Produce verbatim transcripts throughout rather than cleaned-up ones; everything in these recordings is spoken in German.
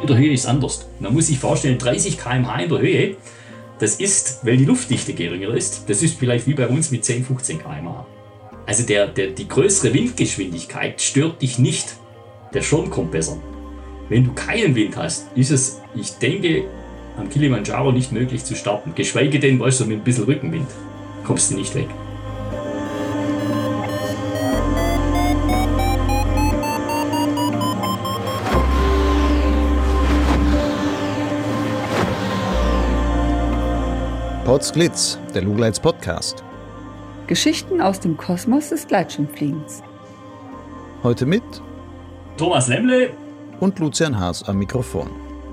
In der Höhe ist es anders. Man muss sich vorstellen, dreißig Kilometer pro Stunde in der Höhe, das ist, weil die Luftdichte geringer ist, das ist vielleicht wie bei uns mit zehn, fünfzehn Kilometer pro Stunde. Also der, der, die größere Windgeschwindigkeit stört dich nicht. Der Schirm kommt besser. Wenn du keinen Wind hast, ist es, ich denke, am Kilimanjaro nicht möglich zu starten. Geschweige denn, weißt du, mit ein bisschen Rückenwind kommst du nicht weg. Podsglitz, der Lugleits Podcast. Geschichten aus dem Kosmos des Gleitschirmfliegens. Heute mit Thomas Lemmle und Lucian Haas am Mikrofon.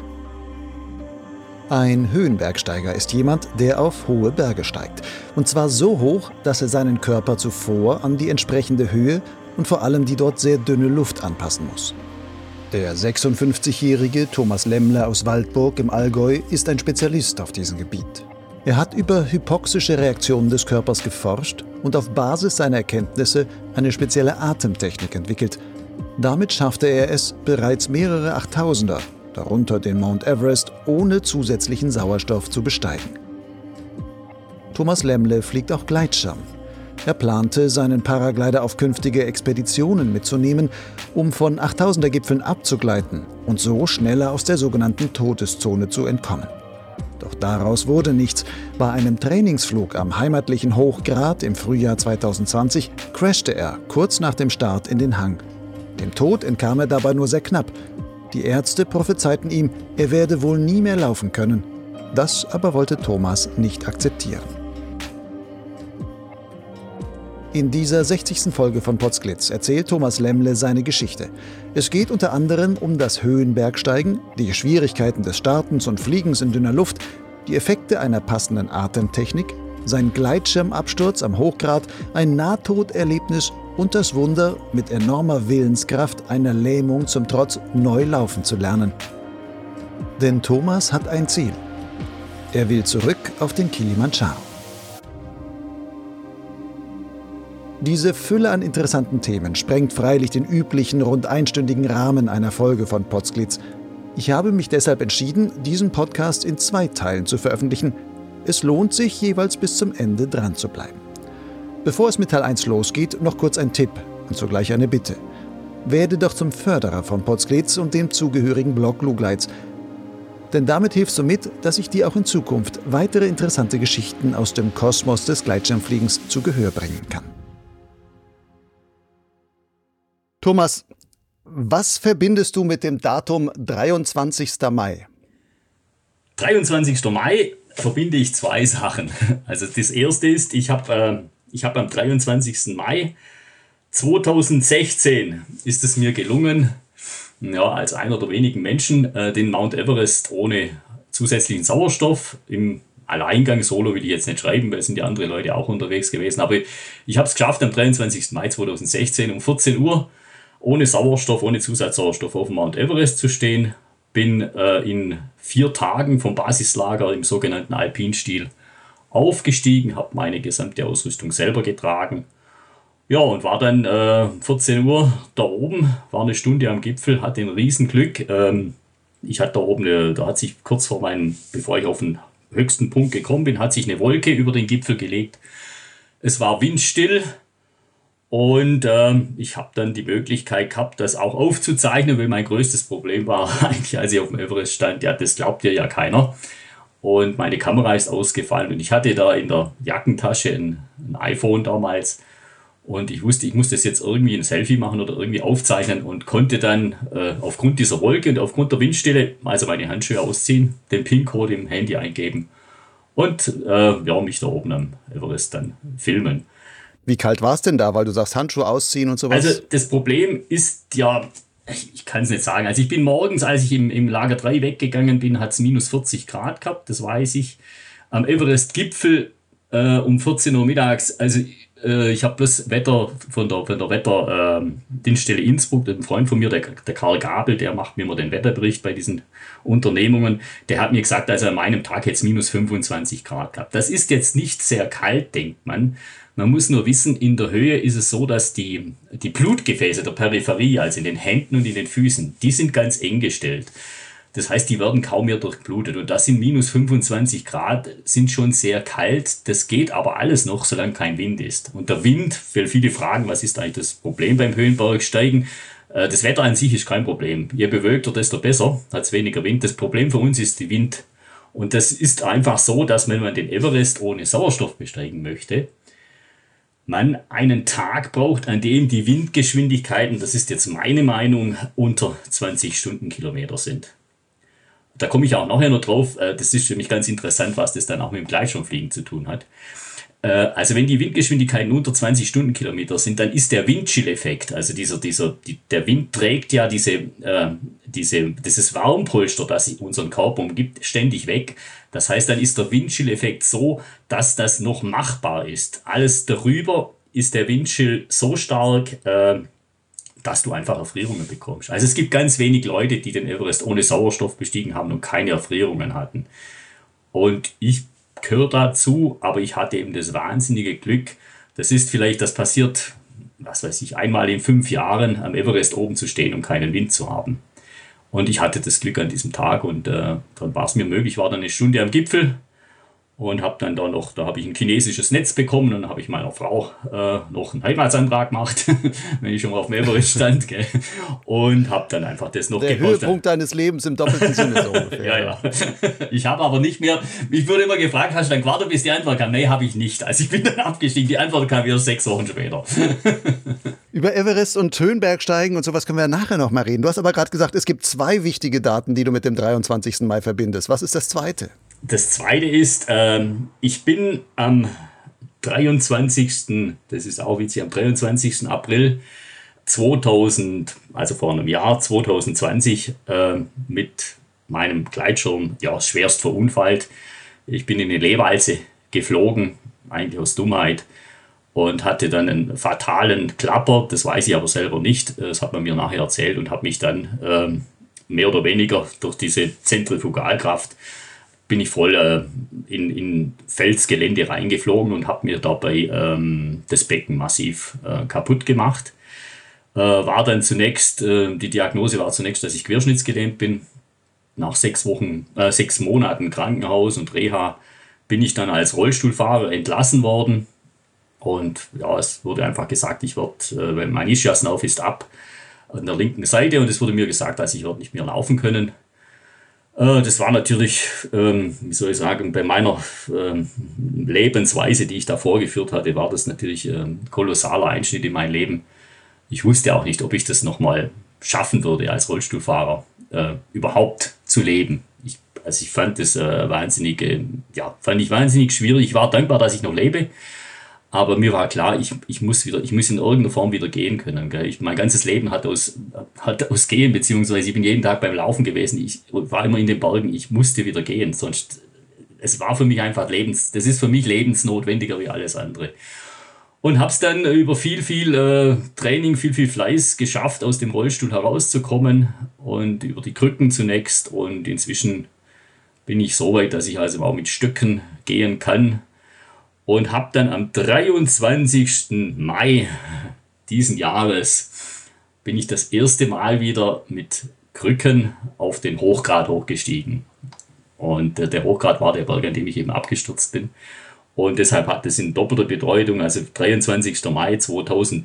Ein Höhenbergsteiger ist jemand, der auf hohe Berge steigt. Und zwar so hoch, dass er seinen Körper zuvor an die entsprechende Höhe und vor allem die dort sehr dünne Luft anpassen muss. Der sechsundfünfzigjährige Thomas Lemmle aus Waldburg im Allgäu ist ein Spezialist auf diesem Gebiet. Er hat über hypoxische Reaktionen des Körpers geforscht und auf Basis seiner Erkenntnisse eine spezielle Atemtechnik entwickelt. Damit schaffte er es, bereits mehrere Achttausender, darunter den Mount Everest, ohne zusätzlichen Sauerstoff zu besteigen. Thomas Lemmle fliegt auch Gleitschirm. Er plante, seinen Paraglider auf künftige Expeditionen mitzunehmen, um von achttausender-Gipfeln abzugleiten und so schneller aus der sogenannten Todeszone zu entkommen. Doch daraus wurde nichts. Bei einem Trainingsflug am heimatlichen Hochgrat im Frühjahr zweitausendzwanzig crashte er kurz nach dem Start in den Hang. Dem Tod entkam er dabei nur sehr knapp. Die Ärzte prophezeiten ihm, er werde wohl nie mehr laufen können. Das aber wollte Thomas nicht akzeptieren. In dieser sechzigsten Folge von Podsglitz erzählt Thomas Lemmle seine Geschichte. Es geht unter anderem um das Höhenbergsteigen, die Schwierigkeiten des Startens und Fliegens in dünner Luft, die Effekte einer passenden Atemtechnik, sein Gleitschirmabsturz am Hochgrat, ein Nahtoderlebnis und das Wunder, mit enormer Willenskraft einer Lähmung zum Trotz neu laufen zu lernen. Denn Thomas hat ein Ziel. Er will zurück auf den Kilimanjaro. Diese Fülle an interessanten Themen sprengt freilich den üblichen rund einstündigen Rahmen einer Folge von Podsglitz. Ich habe mich deshalb entschieden, diesen Podcast in zwei Teilen zu veröffentlichen. Es lohnt sich, jeweils bis zum Ende dran zu bleiben. Bevor es mit Teil eins losgeht, noch kurz ein Tipp und zugleich eine Bitte. Werde doch zum Förderer von Podsglitz und dem zugehörigen Blog Lugleits. Denn damit hilfst du mit, dass ich dir auch in Zukunft weitere interessante Geschichten aus dem Kosmos des Gleitschirmfliegens zu Gehör bringen kann. Thomas, was verbindest du mit dem Datum dreiundzwanzigster Mai? dreiundzwanzigster Mai verbinde ich zwei Sachen. Also das erste ist, ich habe äh, ich hab am dreiundzwanzigsten Mai zweitausendsechzehn ist es mir gelungen, ja, als einer der wenigen Menschen äh, den Mount Everest ohne zusätzlichen Sauerstoff im Alleingang, Solo will ich jetzt nicht schreiben, weil es sind ja andere Leute auch unterwegs gewesen, aber ich habe es geschafft am dreiundzwanzigsten Mai zweitausendsechzehn um vierzehn Uhr ohne Sauerstoff, ohne Zusatzsauerstoff auf dem Mount Everest zu stehen. Bin äh, in vier Tagen vom Basislager im sogenannten Alpinstil aufgestiegen, habe meine gesamte Ausrüstung selber getragen. Ja, und war dann äh, vierzehn Uhr da oben, war eine Stunde am Gipfel, hatte ein Riesenglück. Ähm, ich hatte da oben, eine, da hat sich kurz vor meinem, bevor ich auf den höchsten Punkt gekommen bin, hat sich eine Wolke über den Gipfel gelegt. Es war windstill. Und ähm, ich habe dann die Möglichkeit gehabt, das auch aufzuzeichnen, weil mein größtes Problem war eigentlich, als ich auf dem Everest stand, ja, das glaubt dir ja keiner. Und meine Kamera ist ausgefallen und ich hatte da in der Jackentasche ein, ein iPhone damals. Und ich wusste, ich muss das jetzt irgendwie ein Selfie machen oder irgendwie aufzeichnen und konnte dann äh, aufgrund dieser Wolke und aufgrund der Windstille, also meine Handschuhe ausziehen, den PIN-Code im Handy eingeben und äh, ja, mich da oben am Everest dann filmen. Wie kalt war es denn da, weil du sagst Handschuhe ausziehen und sowas? Also das Problem ist ja, ich, ich kann es nicht sagen. Also ich bin morgens, als ich im, im Lager drei weggegangen bin, hat es minus vierzig Grad gehabt, das weiß ich. Am Everest-Gipfel äh, um vierzehn Uhr mittags, also äh, ich habe das Wetter von der, von der Wetterdienststelle äh, Innsbruck, ein Freund von mir, der, der Karl Gabel, der macht mir immer den Wetterbericht bei diesen Unternehmungen, der hat mir gesagt, also an meinem Tag hätte es minus fünfundzwanzig Grad gehabt. Das ist jetzt nicht sehr kalt, denkt man. Man muss nur wissen, in der Höhe ist es so, dass die, die Blutgefäße der Peripherie, also in den Händen und in den Füßen, die sind ganz eng gestellt. Das heißt, die werden kaum mehr durchblutet. Und das sind minus fünfundzwanzig Grad, sind schon sehr kalt. Das geht aber alles noch, solange kein Wind ist. Und der Wind, weil viele fragen, was ist eigentlich das Problem beim Höhenbergsteigen? Das Wetter an sich ist kein Problem. Je bewölkter, desto besser, hat es weniger Wind. Das Problem für uns ist der Wind. Und das ist einfach so, dass wenn man den Everest ohne Sauerstoff besteigen möchte, man einen Tag braucht, an dem die Windgeschwindigkeiten, das ist jetzt meine Meinung, unter zwanzig Stundenkilometer sind. Da komme ich auch nachher noch drauf. Das ist für mich ganz interessant, was das dann auch mit dem Gleitschirmfliegen zu tun hat. Also wenn die Windgeschwindigkeiten unter zwanzig Stundenkilometer sind, dann ist der Windchill-Effekt, also dieser, dieser, die, der Wind trägt ja diese, äh, diese, dieses Warmpolster, das unseren Körper umgibt, ständig weg. Das heißt, dann ist der Windchill-Effekt so, dass das noch machbar ist. Alles darüber ist der Windchill so stark, äh, dass du einfach Erfrierungen bekommst. Also es gibt ganz wenig Leute, die den Everest ohne Sauerstoff bestiegen haben und keine Erfrierungen hatten. Und ich gehört dazu, aber ich hatte eben das wahnsinnige Glück. Das ist vielleicht, das passiert, was weiß ich, einmal in fünf Jahren am Everest oben zu stehen und keinen Wind zu haben. Und ich hatte das Glück an diesem Tag und äh, dann war es mir möglich, war dann eine Stunde am Gipfel und habe dann da noch, da habe ich ein chinesisches Netz bekommen und dann habe ich meiner Frau äh, noch einen Heiratsantrag gemacht, wenn ich schon mal auf dem Everest stand, gell? Und habe dann einfach das noch Der gepostet. Höhepunkt deines Lebens im doppelten Sinne so ungefähr. Ja, ja. Ich habe aber nicht mehr, mich wurde immer gefragt, hast du dann gewartet, bis die Antwort kam? Nee, habe ich nicht. Also ich bin dann abgestiegen, die Antwort kam wieder sechs Wochen später. Über Everest und Höhenbergsteigen und sowas können wir ja nachher noch mal reden. Du hast aber gerade gesagt, es gibt zwei wichtige Daten, die du mit dem dreiundzwanzigsten Mai verbindest. Was ist das zweite? Das zweite ist, ähm, ich bin am dreiundzwanzigsten, das ist auch witzig, am dreiundzwanzigsten April zweitausend, also vor einem Jahr, zwanzig zwanzig, äh, mit meinem Gleitschirm ja, schwerst verunfallt. Ich bin in eine Leerwalze geflogen, eigentlich aus Dummheit, und hatte dann einen fatalen Klapper, das weiß ich aber selber nicht, das hat man mir nachher erzählt, und habe mich dann ähm, mehr oder weniger durch diese Zentrifugalkraft bin ich voll äh, in, in Felsgelände reingeflogen und habe mir dabei ähm, das Becken massiv äh, kaputt gemacht. Äh, war dann zunächst, äh, die Diagnose war zunächst, dass ich querschnittsgelähmt bin. Nach sechs Wochen, äh, sechs Monaten Krankenhaus und Reha bin ich dann als Rollstuhlfahrer entlassen worden. Und ja, es wurde einfach gesagt, ich werde, äh, weil mein Ischiasnerv ist ab an der linken Seite, und es wurde mir gesagt, dass ich werde nicht mehr laufen können. Das war natürlich, ähm, wie soll ich sagen, bei meiner ähm, Lebensweise, die ich da vorgeführt hatte, war das natürlich ein ähm, kolossaler Einschnitt in mein Leben. Ich wusste auch nicht, ob ich das nochmal schaffen würde, als Rollstuhlfahrer äh, überhaupt zu leben. Ich, also ich fand das äh, wahnsinnig, äh, ja, fand ich wahnsinnig schwierig. Ich war dankbar, dass ich noch lebe. Aber mir war klar, ich, ich, muss wieder, ich muss in irgendeiner Form wieder gehen können. Gell? Ich, mein ganzes Leben hat aus, hat aus Gehen, beziehungsweise ich bin jeden Tag beim Laufen gewesen. Ich war immer in den Bergen, ich musste wieder gehen. Sonst, es war für mich einfach lebens, das ist für mich lebensnotwendiger wie alles andere. Und habe es dann über viel, viel äh, Training, viel, viel Fleiß geschafft, aus dem Rollstuhl herauszukommen und über die Krücken zunächst. Und inzwischen bin ich so weit, dass ich also auch mit Stöcken gehen kann. Und habe dann am dreiundzwanzigsten Mai diesen Jahres bin ich das erste Mal wieder mit Krücken auf den Hochgrat hochgestiegen. Und äh, der Hochgrat war der Berg, an dem ich eben abgestürzt bin. Und deshalb hat es in doppelter Bedeutung, also dreiundzwanzigsten Mai zweitausendzwanzig,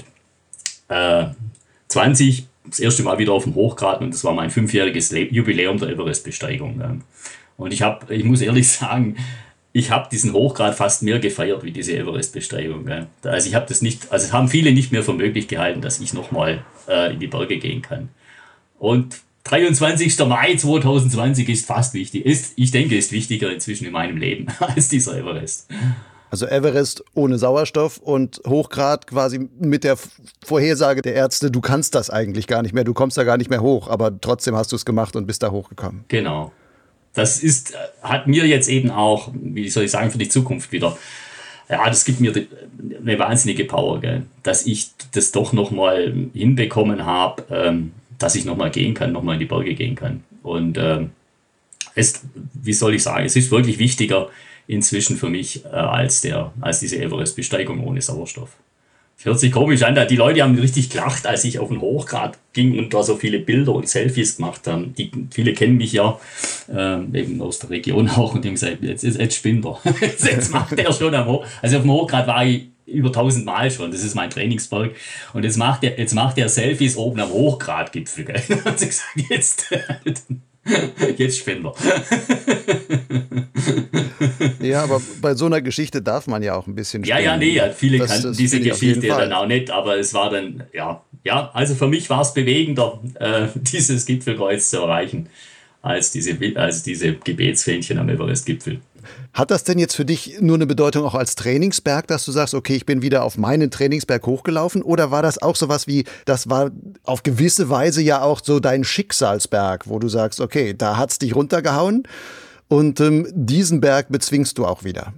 das erste Mal wieder auf dem Hochgrat, und das war mein fünfjähriges Jubiläum der Everest-Besteigung. Und ich habe, ich muss ehrlich sagen, ich habe diesen Hochgrat fast mehr gefeiert wie diese Everest-Besteigung. Also ich habe das nicht, also haben viele nicht mehr für möglich gehalten, dass ich nochmal äh, in die Berge gehen kann. Und dreiundzwanzigsten Mai zweitausendzwanzig ist fast wichtig. Ist, ich denke, ist wichtiger inzwischen in meinem Leben als dieser Everest. Also Everest ohne Sauerstoff und Hochgrat quasi mit der Vorhersage der Ärzte, du kannst das eigentlich gar nicht mehr, du kommst da gar nicht mehr hoch, aber trotzdem hast du es gemacht und bist da hochgekommen. Genau. Das ist, hat mir jetzt eben auch, wie soll ich sagen, für die Zukunft wieder, ja, das gibt mir eine wahnsinnige Power, gell? Dass ich das doch nochmal hinbekommen habe, ähm, dass ich nochmal gehen kann, nochmal in die Berge gehen kann. Und ähm, es, wie soll ich sagen, es ist wirklich wichtiger inzwischen für mich äh, als, der, als diese Everest-Besteigung ohne Sauerstoff. Hört sich komisch an, die Leute haben richtig gelacht, als ich auf den Hochgrat ging und da so viele Bilder und Selfies gemacht haben. Die, viele kennen mich ja äh, eben aus der Region auch und die haben gesagt, jetzt, jetzt, jetzt spinnt er. jetzt, jetzt macht er schon am Hochgrat. Also auf dem Hochgrat war ich über tausend Mal schon, das ist mein Trainingsberg. Und jetzt macht er, jetzt macht er Selfies oben am Hochgratgipfel. Gell? Dann haben sie gesagt, jetzt, jetzt spinnt er. Ja, aber bei so einer Geschichte darf man ja auch ein bisschen spielen. Ja, ja, nee, ja, viele das, kannten das diese Geschichte dann auch nicht, aber es war dann, ja, ja, also für mich war es bewegender, äh, dieses Gipfelkreuz zu erreichen, als diese, als diese Gebetsfähnchen am Everest-Gipfel. Hat das denn jetzt für dich nur eine Bedeutung auch als Trainingsberg, dass du sagst, okay, ich bin wieder auf meinen Trainingsberg hochgelaufen? Oder war das auch sowas wie, das war auf gewisse Weise ja auch so dein Schicksalsberg, wo du sagst, okay, da hat's dich runtergehauen und ähm, diesen Berg bezwingst du auch wieder?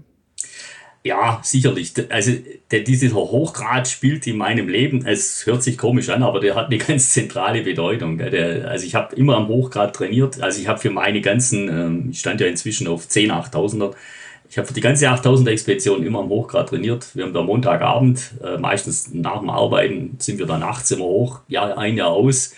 Ja, sicherlich. Also der, dieser Hochgrat spielt in meinem Leben, es hört sich komisch an, aber der hat eine ganz zentrale Bedeutung. Der, also ich habe immer am Hochgrat trainiert. Also ich habe für meine ganzen, ähm, ich stand ja inzwischen auf zehn achttausender, ich habe für die ganze achttausender-Expedition immer am Hochgrat trainiert. Wir haben da Montagabend, äh, meistens nach dem Arbeiten sind wir da nachts immer hoch, Jahr ein, Jahr aus.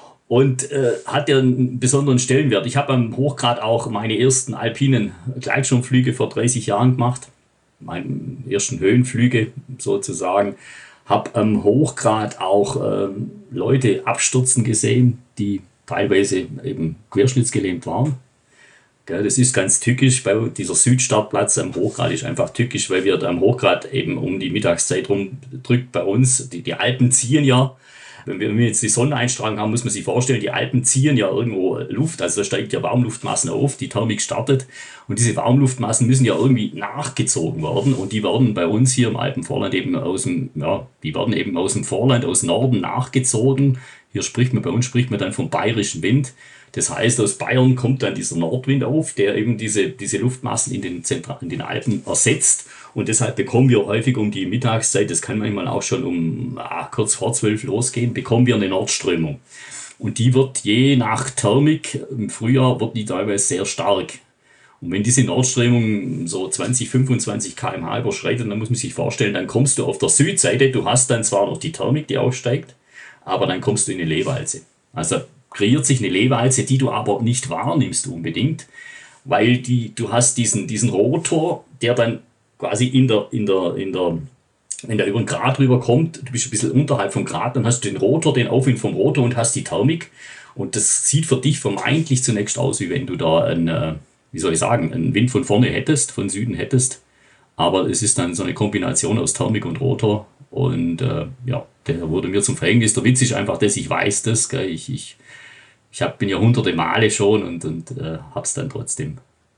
Und äh, hat ja einen besonderen Stellenwert. Ich habe am Hochgrat auch meine ersten alpinen Gleitschirmflüge vor dreißig Jahren gemacht. Meine ersten Höhenflüge sozusagen, habe am Hochgrat auch ähm, Leute abstürzen gesehen, die teilweise eben querschnittsgelähmt waren. Gell, das ist ganz tückisch, bei dieser Südstartplatz am Hochgrat ist einfach tückisch, weil wir da am Hochgrat eben um die Mittagszeit rum drückt bei uns, die, die Alpen ziehen ja. Wenn wir jetzt die Sonneneinstrahlung haben, muss man sich vorstellen, die Alpen ziehen ja irgendwo Luft, also da steigt ja Warmluftmassen auf, die Thermik startet und diese Warmluftmassen müssen ja irgendwie nachgezogen werden und die werden bei uns hier im Alpenvorland eben aus dem, ja, die werden eben aus dem Vorland, aus Norden nachgezogen. Hier spricht man, bei uns spricht man dann vom bayerischen Wind. Das heißt, aus Bayern kommt dann dieser Nordwind auf, der eben diese, diese Luftmassen in den, Zentra- in den Alpen ersetzt. Und deshalb bekommen wir häufig um die Mittagszeit, das kann manchmal auch schon um ah, kurz vor zwölf losgehen, bekommen wir eine Nordströmung. Und die wird je nach Thermik, im Frühjahr wird die teilweise sehr stark. Und wenn diese Nordströmung so zwanzig, fünfundzwanzig Kilometer pro Stunde überschreitet, dann muss man sich vorstellen, dann kommst du auf der Südseite, du hast dann zwar noch die Thermik, die aufsteigt, aber dann kommst du in eine Lehwalze. Also kreiert sich eine Lehwalze, die du aber nicht wahrnimmst unbedingt, weil die, du hast diesen, diesen Rotor, der dann quasi in der, in der, in der, wenn der über den Grat rüber kommt, du bist ein bisschen unterhalb vom Grat, dann hast du den Rotor, den Aufwind vom Rotor und hast die Thermik. Und das sieht für dich vermeintlich zunächst aus, wie wenn du da einen, wie soll ich sagen, einen Wind von vorne hättest, von Süden hättest. Aber es ist dann so eine Kombination aus Thermik und Rotor. Und äh, ja, der wurde mir zum Verhängnis. Der Witz ist einfach, dass ich weiß das. Gell? Ich, ich, ich hab, bin ja hunderte Male schon und, und äh, hab's dann trotzdem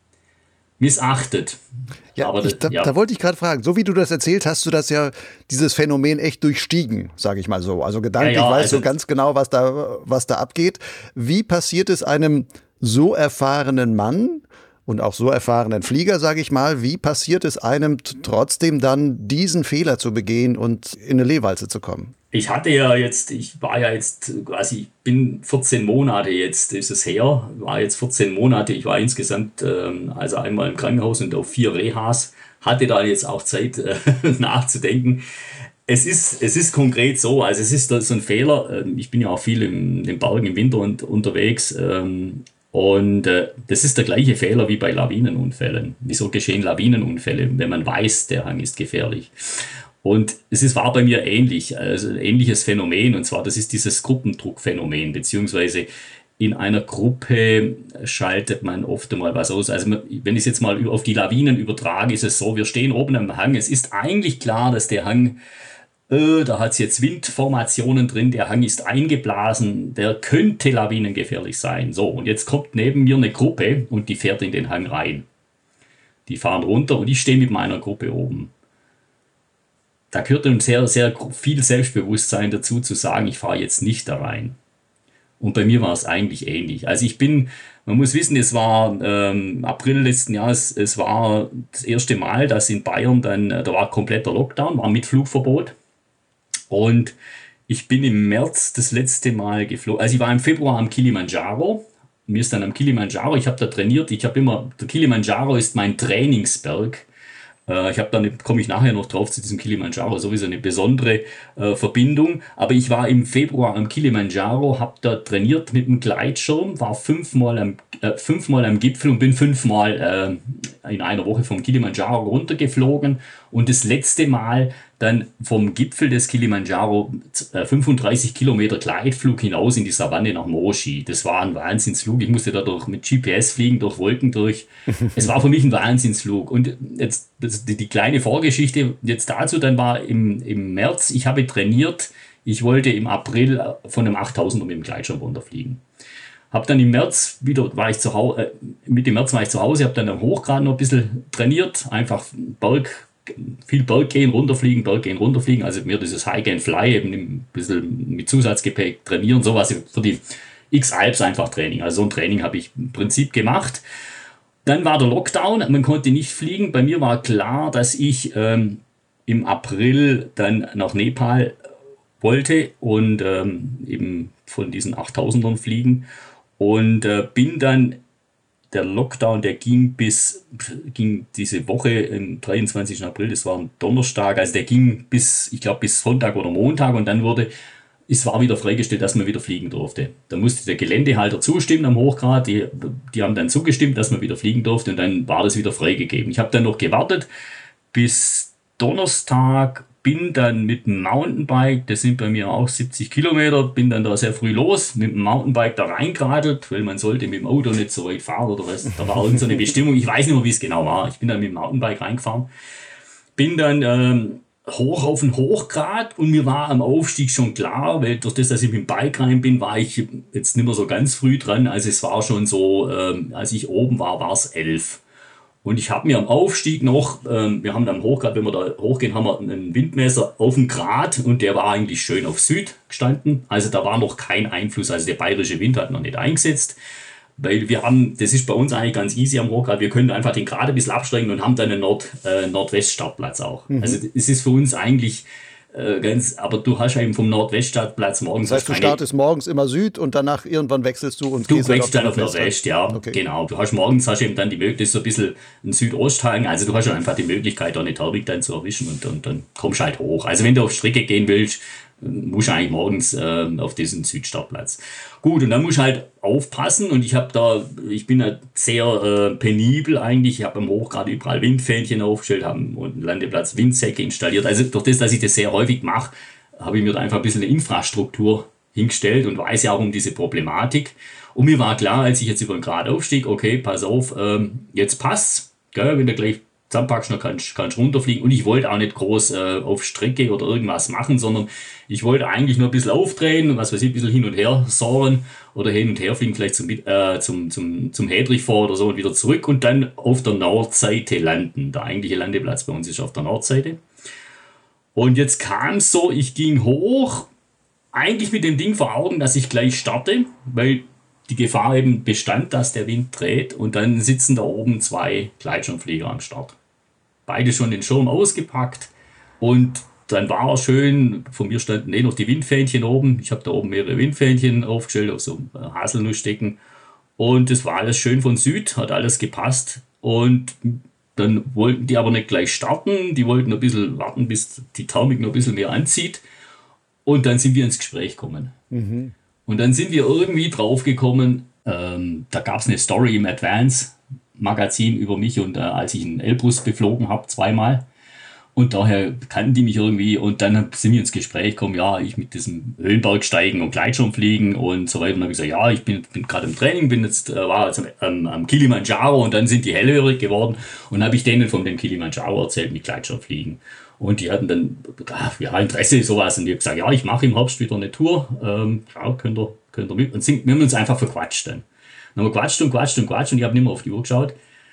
missachtet. Ja, aber das, ich, da, ja. da wollte ich gerade fragen, so wie du das erzählt, hast du das ja, dieses Phänomen echt durchstiegen, sage ich mal so. Also gedanklich ja, ja, weißt also, du ganz genau, was da, was da abgeht. Wie passiert es einem so erfahrenen Mann und auch so erfahrenen Flieger, sage ich mal, wie passiert es einem trotzdem dann, diesen Fehler zu begehen und in eine Lehwalze zu kommen? Ich hatte ja jetzt, ich war ja jetzt quasi, ich bin vierzehn Monate jetzt, ist es her, war jetzt vierzehn Monate, ich war insgesamt ähm, also einmal im Krankenhaus und auf vier Rehas, hatte da jetzt auch Zeit äh, nachzudenken. Es ist, es ist konkret so, also es ist so ein Fehler, ähm, ich bin ja auch viel in den Bergen im Winter und, unterwegs ähm, und äh, das ist der gleiche Fehler wie bei Lawinenunfällen. Wieso geschehen Lawinenunfälle, wenn man weiß, der Hang ist gefährlich? Und es ist, war bei mir ähnlich, also ein ähnliches Phänomen, und zwar das ist dieses Gruppendruckphänomen, beziehungsweise in einer Gruppe schaltet man oft einmal was aus. Also wenn ich es jetzt mal auf die Lawinen übertrage, ist es so, wir stehen oben am Hang, es ist eigentlich klar, dass der Hang, äh, da hat es jetzt Windformationen drin, der Hang ist eingeblasen, der könnte lawinengefährlich sein. So, und jetzt kommt neben mir eine Gruppe und die fährt in den Hang rein. Die fahren runter und ich stehe mit meiner Gruppe oben. Da gehört dann sehr, sehr viel Selbstbewusstsein dazu, zu sagen, ich fahre jetzt nicht da rein. Und bei mir war es eigentlich ähnlich. Also ich bin, man muss wissen, es war ähm, April letzten Jahres, es war das erste Mal, dass in Bayern dann, da war kompletter Lockdown, war mit Flugverbot. Und ich bin im März das letzte Mal geflogen, also ich war im Februar am Kilimanjaro. Mir ist dann am Kilimanjaro, ich habe da trainiert, ich habe immer, der Kilimanjaro ist mein Trainingsberg. Äh, ich habe dann, komme ich nachher noch drauf zu diesem Kilimanjaro, sowieso eine besondere äh, Verbindung. Aber ich war im Februar am Kilimanjaro, habe da trainiert mit dem Gleitschirm, war fünfmal am, äh, fünfmal am Gipfel und bin fünfmal äh, in einer Woche vom Kilimanjaro runtergeflogen. Und das letzte Mal dann vom Gipfel des Kilimanjaro äh, fünfunddreißig Kilometer Gleitflug hinaus in die Savanne nach Moshi. Das war ein Wahnsinnsflug. Ich musste da durch, mit G P S fliegen, durch Wolken durch. Es war für mich ein Wahnsinnsflug. Und jetzt die, die kleine Vorgeschichte jetzt dazu, dann war im, im März, ich habe trainiert, ich wollte im April von einem achttausender mit dem Gleitschirm runterfliegen. Habe dann im März wieder, war ich zu Hause, äh, Mitte März war ich zu Hause, habe dann am Hochgrad noch ein bisschen trainiert, einfach Berg, viel Berg gehen, runterfliegen, Berg gehen, runterfliegen, also mir dieses High and Fly eben ein bisschen mit Zusatzgepäck trainieren, sowas für die X-Alps einfach Training. Also so ein Training habe ich im Prinzip gemacht. Dann war der Lockdown, man konnte nicht fliegen. Bei mir war klar, dass ich ähm, im April dann nach Nepal wollte und ähm, eben von diesen achttausendern fliegen und äh, bin dann, der Lockdown, der ging bis, ging diese Woche, am dreiundzwanzigsten April, das war ein Donnerstag, also der ging bis, ich glaube, bis Sonntag oder Montag und dann wurde, es war wieder freigestellt, dass man wieder fliegen durfte. Da musste der Geländehalter zustimmen am Hochgrad, die, die haben dann zugestimmt, dass man wieder fliegen durfte und dann war das wieder freigegeben. Ich habe dann noch gewartet bis Donnerstag, bin dann mit dem Mountainbike, das sind bei mir auch siebzig Kilometer, bin dann da sehr früh los, mit dem Mountainbike da reingeradelt, weil man sollte mit dem Auto nicht so weit fahren oder was. Da war irgend so eine Bestimmung, ich weiß nicht mehr, wie es genau war. Ich bin dann mit dem Mountainbike reingefahren, bin dann ähm, hoch auf den Hochgrat und mir war am Aufstieg schon klar, weil durch das, dass ich mit dem Bike rein bin, war ich jetzt nicht mehr so ganz früh dran. Also es war schon so, ähm, als ich oben war, war es elf. Und ich habe mir am Aufstieg noch, ähm, wir haben am Hochgrad, wenn wir da hochgehen, haben wir einen Windmesser auf dem Grat und der war eigentlich schön auf Süd gestanden. Also da war noch kein Einfluss, also der bayerische Wind hat noch nicht eingesetzt. Weil wir haben, das ist bei uns eigentlich ganz easy am Hochgrad, wir können einfach den Grat ein bisschen absteigen und haben dann einen Nord, äh, Nordwest-Startplatz auch. Mhm. Also es ist für uns eigentlich äh, ganz, aber du hast eben vom Nordwest-Startplatz morgens... Das heißt, du startest morgens immer Süd und danach irgendwann wechselst du und du gehst wechselst dann auf Nordwest, Nordwest, ja, okay. Genau. Du hast morgens hast eben dann die Möglichkeit, so ein bisschen ein Südosthang, also du hast schon einfach die Möglichkeit, da eine Thermik dann zu erwischen und, und dann kommst du halt hoch. Also wenn du auf Strecke gehen willst, musst du eigentlich morgens äh, auf diesen Südstartplatz. Gut, und dann musst du halt aufpassen und ich habe da, ich bin halt sehr äh, penibel eigentlich, ich habe am Hochgrad überall Windfähnchen aufgestellt, habe einen Landeplatz Windsäcke installiert. Also durch das, dass ich das sehr häufig mache, habe ich mir da einfach ein bisschen eine Infrastruktur hingestellt und weiß ja auch um diese Problematik. Und mir war klar, als ich jetzt über den Grat aufstieg, okay, pass auf, ähm, jetzt passt's, gell, wenn du gleich zusammenpackst, dann kannst du runterfliegen. Und ich wollte auch nicht groß äh, auf Strecke oder irgendwas machen, sondern ich wollte eigentlich nur ein bisschen aufdrehen, was weiß ich, ein bisschen hin und her soaren oder hin und her fliegen, vielleicht zum, äh, zum, zum, zum Hedrich vor oder so und wieder zurück und dann auf der Nordseite landen. Der eigentliche Landeplatz bei uns ist auf der Nordseite. Und jetzt kam es so, ich ging hoch, eigentlich mit dem Ding vor Augen, dass ich gleich starte, weil die Gefahr eben bestand, dass der Wind dreht und dann sitzen da oben zwei Gleitschirmflieger am Start. Beide schon den Schirm ausgepackt und dann war er schön, von mir standen eh noch die Windfähnchen oben. Ich habe da oben mehrere Windfähnchen aufgestellt auf so Haselnussstecken und es war alles schön von Süd, hat alles gepasst und dann wollten die aber nicht gleich starten, die wollten ein bisschen warten, bis die Thermik noch ein bisschen mehr anzieht und dann sind wir ins Gespräch gekommen. Mhm. Und dann sind wir irgendwie drauf gekommen, ähm, da gab es eine Story im Advance-Magazin über mich und äh, als ich einen Elbrus beflogen habe, zweimal. Und daher kannten die mich irgendwie und dann sind wir ins Gespräch gekommen, ja, ich mit diesem Höhenbergsteigen und Gleitschirmfliegen und so weiter. Und dann habe ich gesagt, ja, ich bin, bin gerade im Training, bin jetzt, äh, war jetzt am, am Kilimanjaro und dann sind die hellhörig geworden und habe ich denen von dem Kilimanjaro erzählt mit Gleitschirmfliegen. Und die hatten dann ja, Interesse, sowas. Und ich habe gesagt, ja, ich mache im Herbst wieder eine Tour. Ähm, ja, könnt ihr, könnt ihr mit. Und sind, wir haben uns einfach verquatscht dann. Dann haben wir quatscht und quatscht und quatscht und ich habe nicht mehr auf die Uhr geschaut.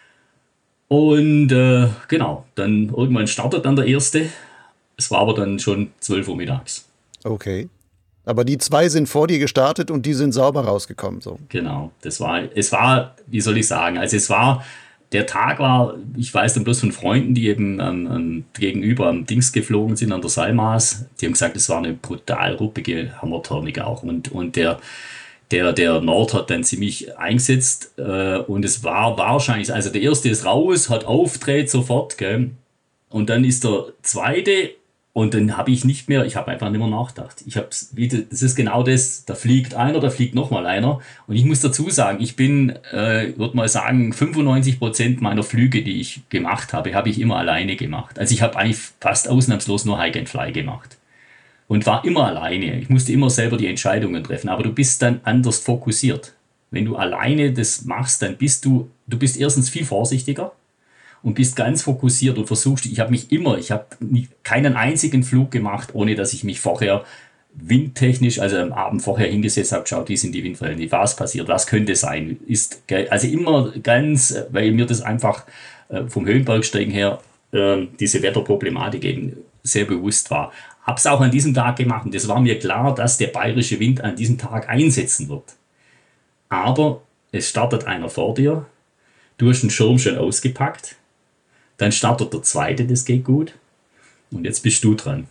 Und äh, genau, dann irgendwann startet dann der erste. Es war aber dann schon zwölf Uhr mittags. Okay. Aber die zwei sind vor dir gestartet und die sind sauber rausgekommen. So. Genau, das war, es war, wie soll ich sagen, also es war... Der Tag war, ich weiß dann bloß von Freunden, die eben ähm, gegenüber am Dings geflogen sind, an der Salmas. Die haben gesagt, es war eine brutal ruppige Hammerthermik auch. Und, und der, der, der Nord hat dann ziemlich eingesetzt. Äh, und es war wahrscheinlich, also der erste ist raus, hat aufgedreht sofort. Gell? und dann ist der zweite und dann habe ich nicht mehr, ich habe einfach nicht mehr nachgedacht. Ich habe, das ist genau das, da fliegt einer, da fliegt nochmal einer und ich muss dazu sagen, ich bin, äh, würde mal sagen, fünfundneunzig Prozent meiner Flüge, die ich gemacht habe, habe ich immer alleine gemacht. Also ich habe eigentlich fast ausnahmslos nur Hike and Fly gemacht und war immer alleine. Ich musste immer selber die Entscheidungen treffen, aber du bist dann anders fokussiert. Wenn du alleine das machst, dann bist du, du bist erstens viel vorsichtiger und bist ganz fokussiert und versuchst, ich habe mich immer, ich habe keinen einzigen Flug gemacht, ohne dass ich mich vorher windtechnisch, also am Abend vorher hingesetzt habe, geschaut, wie sind die Windverhältnisse, was passiert, was könnte sein, ist, also immer ganz, weil mir das einfach vom Höhenbergsteigen her diese Wetterproblematik eben sehr bewusst war. Habe es auch an diesem Tag gemacht und es war mir klar, dass der bayerische Wind an diesem Tag einsetzen wird. Aber es startet einer vor dir, du hast den Schirm schon ausgepackt, dann startet der zweite, das geht gut und jetzt bist du dran.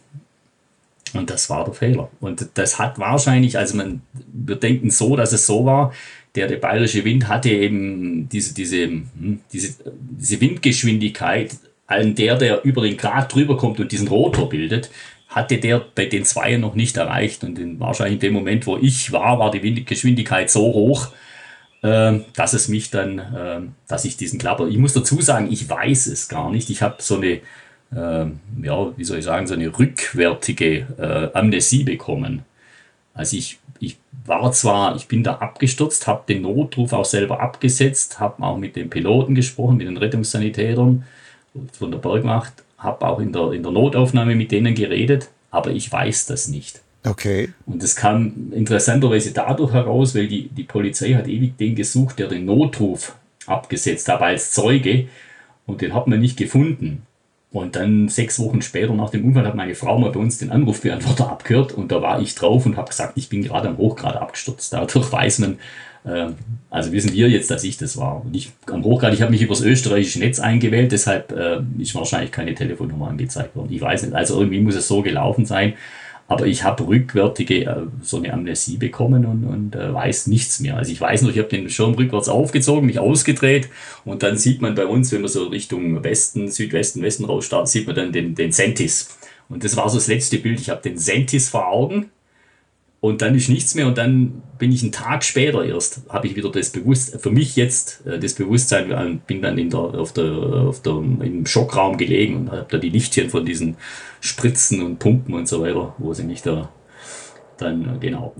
Und das war der Fehler. Und das hat wahrscheinlich, also man, wir denken so, dass es so war, der, der bayerische Wind hatte eben diese, diese, diese, diese Windgeschwindigkeit, an der der über den Grat drüber kommt und diesen Rotor bildet, hatte der bei den Zweien noch nicht erreicht. Und in, wahrscheinlich in dem Moment, wo ich war, war die Windgeschwindigkeit so hoch, äh, dass es mich dann, äh, dass ich diesen Klapper, ich muss dazu sagen, ich weiß es gar nicht. Ich habe so eine, äh, ja, wie soll ich sagen, so eine rückwärtige äh, Amnesie bekommen. Also ich, ich war zwar, ich bin da abgestürzt, habe den Notruf auch selber abgesetzt, habe auch mit den Piloten gesprochen, mit den Rettungssanitätern von der Bergwacht, habe auch in der, in der Notaufnahme mit denen geredet, aber ich weiß das nicht. Okay. Und das kam interessanterweise dadurch heraus, weil die, die Polizei hat ewig den gesucht, der den Notruf abgesetzt hat als Zeuge und den hat man nicht gefunden. Und dann sechs Wochen später nach dem Unfall hat meine Frau mal bei uns den Anrufbeantworter abgehört und da war ich drauf und habe gesagt, ich bin gerade am Hochgrad abgestürzt. Dadurch weiß man, äh, also wissen wir jetzt, dass ich das war. Und ich am Hochgrad, ich habe mich über das österreichische Netz eingewählt, deshalb äh, ist wahrscheinlich keine Telefonnummer angezeigt worden. Ich weiß nicht, also irgendwie muss es so gelaufen sein. Aber ich habe rückwärtige, äh, so eine Amnesie bekommen und, und äh, weiß nichts mehr. Also ich weiß noch, ich habe den Schirm rückwärts aufgezogen, mich ausgedreht und dann sieht man bei uns, wenn man so Richtung Westen, Südwesten, Westen raus startet, sieht man dann den, den Sentis. Und das war so das letzte Bild. Ich habe den Sentis vor Augen und dann ist nichts mehr und dann bin ich einen Tag später erst, habe ich wieder das Bewusstsein, für mich jetzt äh, das Bewusstsein, bin dann in der, auf der, auf der, im Schockraum gelegen und habe da die Lichtchen von diesen Spritzen und Pumpen und so weiter, wo sie mich da dann, genau.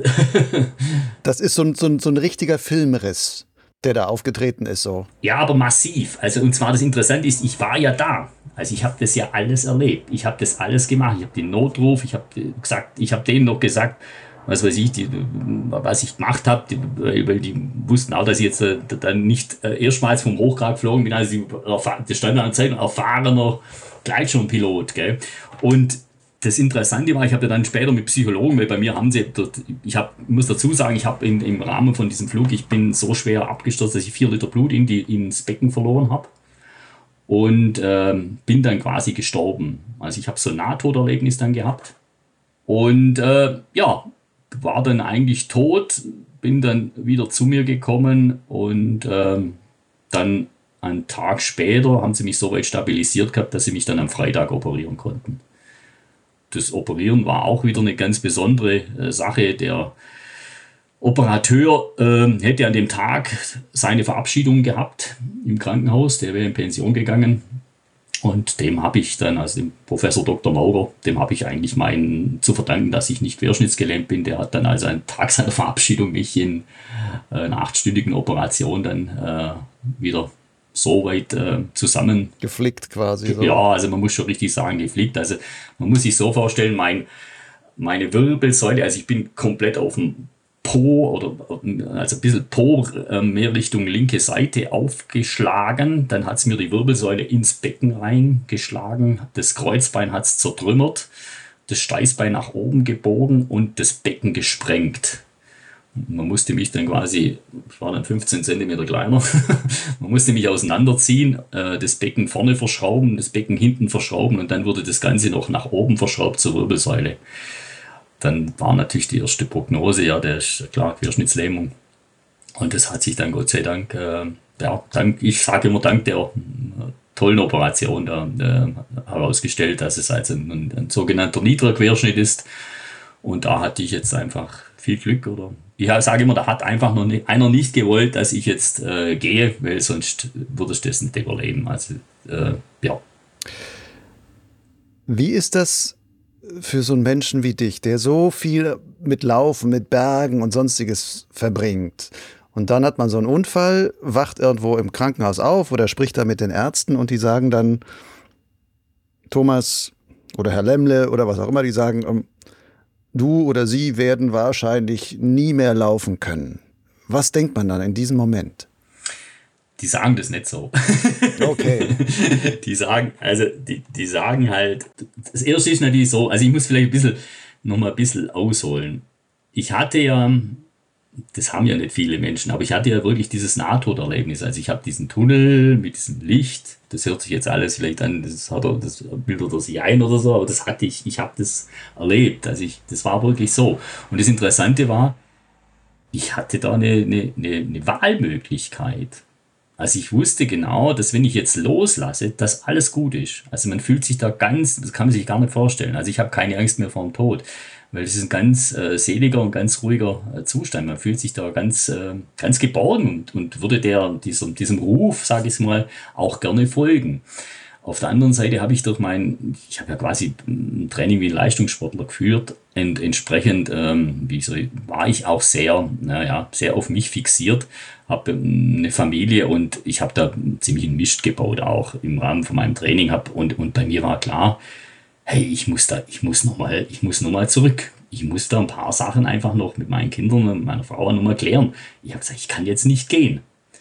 Das ist so ein, so, ein, so ein richtiger Filmriss, der da aufgetreten ist, so. Ja, aber massiv. Also, und zwar das Interessante ist, ich war ja da. Also ich habe das ja alles erlebt. Ich habe das alles gemacht. Ich habe den Notruf, ich habe gesagt, ich habe denen noch gesagt, was weiß ich, die, was ich gemacht habe, die, weil die wussten auch, dass ich jetzt äh, dann nicht äh, erstmals vom Hochgrad geflogen bin, also das stand an der Zeit, ein erfahrener Gleitschirmpilot, gell? Und das Interessante war, ich habe ja dann später mit Psychologen, weil bei mir haben sie, dort, ich hab, muss dazu sagen, ich habe im Rahmen von diesem Flug, ich bin so schwer abgestürzt, dass ich vier Liter Blut in die, ins Becken verloren habe und ähm, bin dann quasi gestorben. Also ich habe so ein Nahtoderlebnis dann gehabt und äh, ja, war dann eigentlich tot, bin dann wieder zu mir gekommen und ähm, dann einen Tag später haben sie mich so weit stabilisiert gehabt, dass sie mich dann am Freitag operieren konnten. Das Operieren war auch wieder eine ganz besondere äh, Sache. Der Operateur äh, hätte an dem Tag seine Verabschiedung gehabt im Krankenhaus, der wäre in Pension gegangen. Und dem habe ich dann, also dem Professor Doktor Maurer, dem habe ich eigentlich meinen zu verdanken, dass ich nicht querschnittsgelähmt bin. Der hat dann also am Tag seiner Verabschiedung mich in äh, einer achtstündigen Operation dann äh, wieder so weit äh, zusammen... Geflickt quasi. So. Ja, also man muss schon richtig sagen, geflickt. Also man muss sich so vorstellen, mein, meine Wirbelsäule, also ich bin komplett auf dem Po oder also ein bisschen Po äh, mehr Richtung linke Seite aufgeschlagen. Dann hat es mir die Wirbelsäule ins Becken reingeschlagen. Das Kreuzbein hat es zertrümmert, das Steißbein nach oben gebogen und das Becken gesprengt. Man musste mich dann quasi, ich war dann fünfzehn Zentimeter kleiner, man musste mich auseinanderziehen, äh, das Becken vorne verschrauben, das Becken hinten verschrauben und dann wurde das Ganze noch nach oben verschraubt zur Wirbelsäule. Dann war natürlich die erste Prognose, ja, der ist klar, Querschnittslähmung. Und das hat sich dann Gott sei Dank, äh, ja, dank, ich sage immer dank der tollen Operation da äh, herausgestellt, dass es also ein, ein sogenannter niedriger Querschnitt ist. Und da hatte ich jetzt einfach viel Glück. Oder ich sage immer, da hat einfach noch nicht, einer nicht gewollt, dass ich jetzt äh, gehe, weil sonst würde ich das nicht überleben. Also, äh, ja. Wie ist das für so einen Menschen wie dich, der so viel mit Laufen, mit Bergen und Sonstiges verbringt? Und dann hat man so einen Unfall, wacht irgendwo im Krankenhaus auf oder spricht da mit den Ärzten und die sagen dann, Thomas oder Herr Lemmle oder was auch immer, die sagen, du oder sie werden wahrscheinlich nie mehr laufen können. Was denkt man dann in diesem Moment? Die sagen das nicht so. Okay. Die sagen, also die, die sagen halt, das erste ist natürlich so, also ich muss vielleicht ein bisschen, noch mal ein bisschen ausholen. Ich hatte ja, das haben ja nicht viele Menschen, aber ich hatte ja wirklich dieses Nahtoderlebnis. Also ich habe diesen Tunnel mit diesem Licht, das hört sich jetzt alles vielleicht an, das hat er, das bildet er sich ein oder so, aber das hatte ich, ich habe das erlebt. Also ich, das war wirklich so. Und das Interessante war, ich hatte da eine, eine, eine Wahlmöglichkeit. Also ich wusste genau, dass wenn ich jetzt loslasse, dass alles gut ist. Also man fühlt sich da ganz, das kann man sich gar nicht vorstellen. Also ich habe keine Angst mehr vor dem Tod, weil es ist ein ganz äh, seliger und ganz ruhiger äh, Zustand. Man fühlt sich da ganz, äh, ganz geborgen und, und würde der, diesem, diesem Ruf, sage ich mal, auch gerne folgen. Auf der anderen Seite habe ich durch mein, ich habe ja quasi ein Training wie ein Leistungssportler geführt und entsprechend ähm, wie so, war ich auch sehr, naja, sehr auf mich fixiert, habe eine Familie und ich habe da ziemlich einen Mist gebaut auch im Rahmen von meinem Training hab, und, und bei mir war klar, hey, ich muss da, ich muss nochmal, ich muss nochmal zurück. Ich muss da ein paar Sachen einfach noch mit meinen Kindern und meiner Frau nochmal klären. Ich habe gesagt, ich kann jetzt nicht gehen.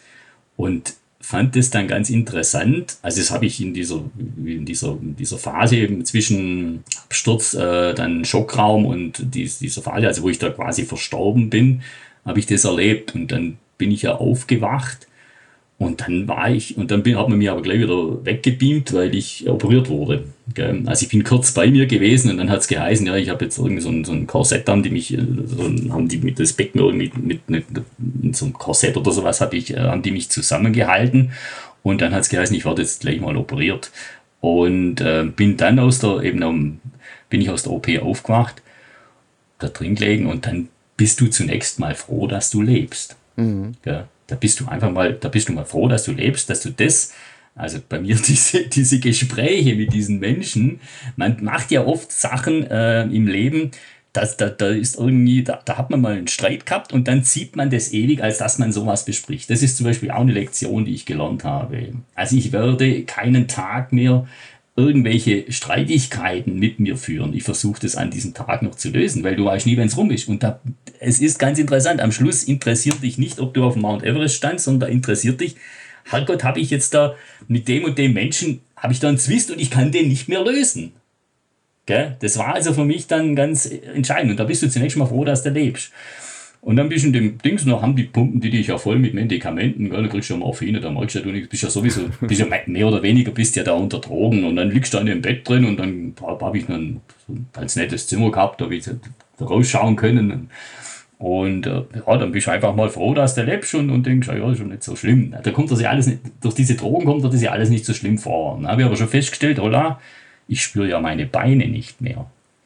Und fand das dann ganz interessant. Also das habe ich in dieser, in dieser, in dieser Phase eben zwischen Absturz, äh, dann Schockraum und dies, dieser Phase, also wo ich da quasi verstorben bin, habe ich das erlebt. Und dann bin ich ja aufgewacht und dann war ich, und dann bin, hat man mich aber gleich wieder weggebeamt, weil ich operiert wurde. Gell? Also ich bin kurz bei mir gewesen und dann hat es geheißen, ja, ich habe jetzt irgendwie so ein, so ein Korsett, haben die mich, so haben die mit das Becken irgendwie mit, mit, mit so einem Korsett oder sowas, habe ich, haben die mich zusammengehalten und dann hat es geheißen, ich werde jetzt gleich mal operiert und äh, bin dann aus der, eben um, bin ich aus der O P aufgewacht, da drin gelegen und dann bist du zunächst mal froh, dass du lebst. Mhm. Gell? Da bist du einfach mal, da bist du mal froh, dass du lebst, dass du das, also bei mir diese, diese Gespräche mit diesen Menschen, man macht ja oft Sachen äh, im Leben, dass, da, da ist irgendwie, da, da hat man mal einen Streit gehabt und dann zieht man das ewig, als dass man sowas bespricht. Das ist zum Beispiel auch eine Lektion, die ich gelernt habe. Also ich werde keinen Tag mehr irgendwelche Streitigkeiten mit mir führen. Ich versuche das an diesem Tag noch zu lösen, weil du weißt nie, wenn es rum ist. Und da, es ist ganz interessant, am Schluss interessiert dich nicht, ob du auf dem Mount Everest standst, sondern da interessiert dich, Herrgott, habe ich jetzt da mit dem und dem Menschen, habe ich da einen Zwist und ich kann den nicht mehr lösen. Gell? Das war also für mich dann ganz entscheidend. Und da bist du zunächst mal froh, dass du lebst. Und dann bist du in dem Dings noch, haben die Pumpen, die dich ja voll mit Medikamenten, gell, da kriegst du ja Morphine, da merkst du ja, du bist ja sowieso, bist ja mehr oder weniger bist ja da unter Drogen und dann liegst du da in dem Bett drin und dann habe ich noch ein ganz nettes Zimmer gehabt, da habe ich da rausschauen können und äh, ja, dann bist du einfach mal froh, dass du lebst und, und denkst, ja, ist schon nicht so schlimm. Da kommt das ja alles nicht, durch diese Drogen kommt das ja alles nicht so schlimm vor. Dann habe ich aber schon festgestellt, holla, ich spüre ja meine Beine nicht mehr.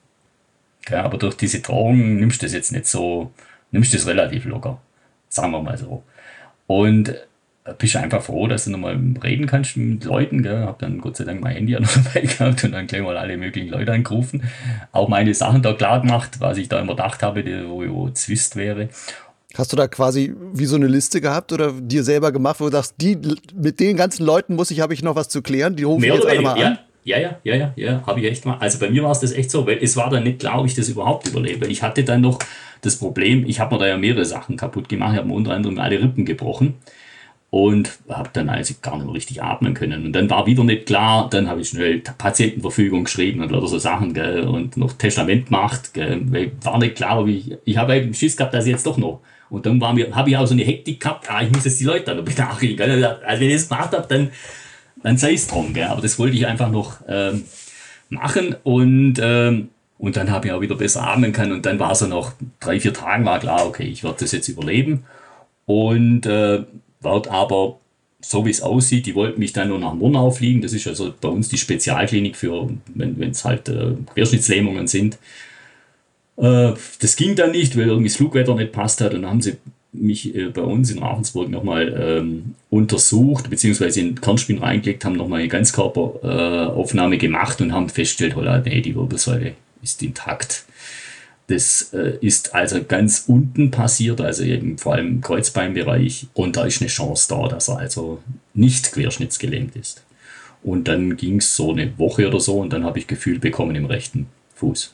Ja, aber durch diese Drogen nimmst du das jetzt nicht so, nimmst du das relativ locker, sagen wir mal so. Und bist einfach froh, dass du nochmal reden kannst mit Leuten. Gell? Hab dann Gott sei Dank mein Handy noch dabei gehabt und dann gleich mal alle möglichen Leute angerufen. Auch meine Sachen da klar gemacht, was ich da immer gedacht habe, wo, wo Zwist wäre. Hast du da quasi wie so eine Liste gehabt oder dir selber gemacht, wo du sagst, die, mit den ganzen Leuten muss ich, habe ich noch was zu klären, die rufe ich jetzt alle mal an? Ja. Ja, ja, ja, ja, ja, habe ich echt mal. Also bei mir war es das echt so, weil es war dann nicht klar, ob ich das überhaupt überlebe. Ich hatte dann noch das Problem, ich habe mir da ja mehrere Sachen kaputt gemacht, ich habe mir unter anderem alle Rippen gebrochen und habe dann also gar nicht mehr richtig atmen können. Und dann war wieder nicht klar, dann habe ich schnell Patientenverfügung geschrieben und lauter so Sachen, gell, und noch Testament gemacht, gell, weil war nicht klar, ob ich, ich habe eben Schiss gehabt, dass ich jetzt doch noch. Und dann war mir, habe ich auch so eine Hektik gehabt, ah, ich muss jetzt die Leute dann noch benachrichtigen. Gell. Also wenn ich das gemacht habe, dann dann sei es drum, gell? Aber das wollte ich einfach noch ähm, machen und, ähm, und dann habe ich auch wieder besser atmen können und dann war es so nach drei, vier Tagen war klar, okay, ich werde das jetzt überleben und äh, werde aber so wie es aussieht, die wollten mich dann nur nach Murnau fliegen. Das ist also bei uns die Spezialklinik für, wenn es halt äh, Querschnittslähmungen sind. Äh, das ging dann nicht, weil irgendwie das Flugwetter nicht passt hat. Und dann haben sie mich äh, bei uns in Ravensburg nochmal ähm, untersucht, beziehungsweise in den Kernspin reingelegt, haben nochmal eine Ganzkörperaufnahme äh, gemacht und haben festgestellt, holla, nee, die Wirbelsäule ist intakt. Das äh, ist also ganz unten passiert, also eben vor allem im Kreuzbeinbereich. Und da ist eine Chance da, dass er also nicht querschnittsgelähmt ist. Und dann ging es so eine Woche oder so und dann habe ich Gefühl bekommen im rechten Fuß.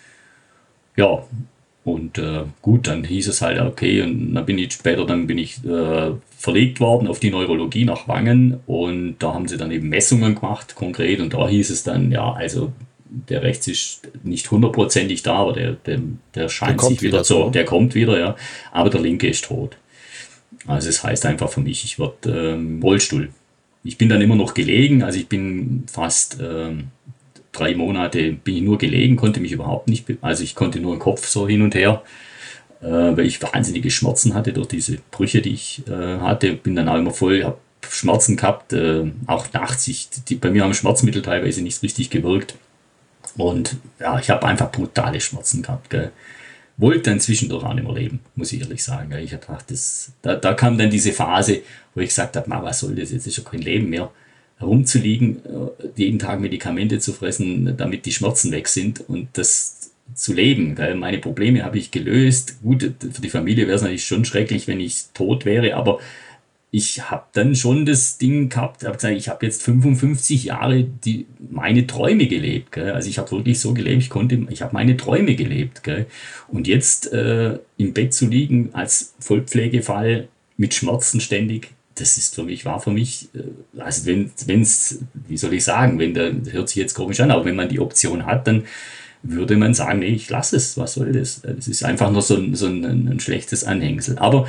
Ja, und äh, gut, dann hieß es halt, okay, und dann bin ich später, dann bin ich äh, verlegt worden auf die Neurologie nach Wangen und da haben sie dann eben Messungen gemacht, konkret, und da hieß es dann, ja, also der rechts ist nicht hundertprozentig da, aber der, der, der scheint der sich wieder wieder so, so. der kommt wieder, ja, aber der linke ist tot. Also es heißt einfach für mich, ich werde ähm, Rollstuhl. Ich bin dann immer noch gelegen, also ich bin fast ähm, drei Monate bin ich nur gelegen, konnte mich überhaupt nicht, be- also ich konnte nur den Kopf so hin und her, äh, weil ich wahnsinnige Schmerzen hatte durch diese Brüche, die ich äh, hatte. Bin dann auch immer voll, habe Schmerzen gehabt, äh, auch nachts. Ich, die, bei mir haben Schmerzmittel teilweise nicht richtig gewirkt. Und ja, ich habe einfach brutale Schmerzen gehabt. Gell. Wollte dann zwischendurch auch nicht mehr leben, muss ich ehrlich sagen. Gell. Ich habe gedacht, das, da, da kam dann diese Phase, wo ich gesagt habe, was soll das, jetzt ist ja kein Leben mehr. Herumzuliegen, jeden Tag Medikamente zu fressen, damit die Schmerzen weg sind und das zu leben. Gell. Meine Probleme habe ich gelöst. Gut, für die Familie wäre es natürlich schon schrecklich, wenn ich tot wäre, aber ich habe dann schon das Ding gehabt, habe gesagt, ich habe jetzt fünfundfünfzig Jahre die, meine Träume gelebt. Gell. Also ich habe wirklich so gelebt, ich konnte, ich habe meine Träume gelebt. Gell. Und jetzt äh, im Bett zu liegen als Vollpflegefall mit Schmerzen ständig, das ist für mich, war für mich, äh, also wenn es, wie soll ich sagen, wenn der, das hört sich jetzt komisch an, aber wenn man die Option hat, dann würde man sagen, nee, ich lasse es, was soll das? Das ist einfach nur so ein, so ein, ein schlechtes Anhängsel. Aber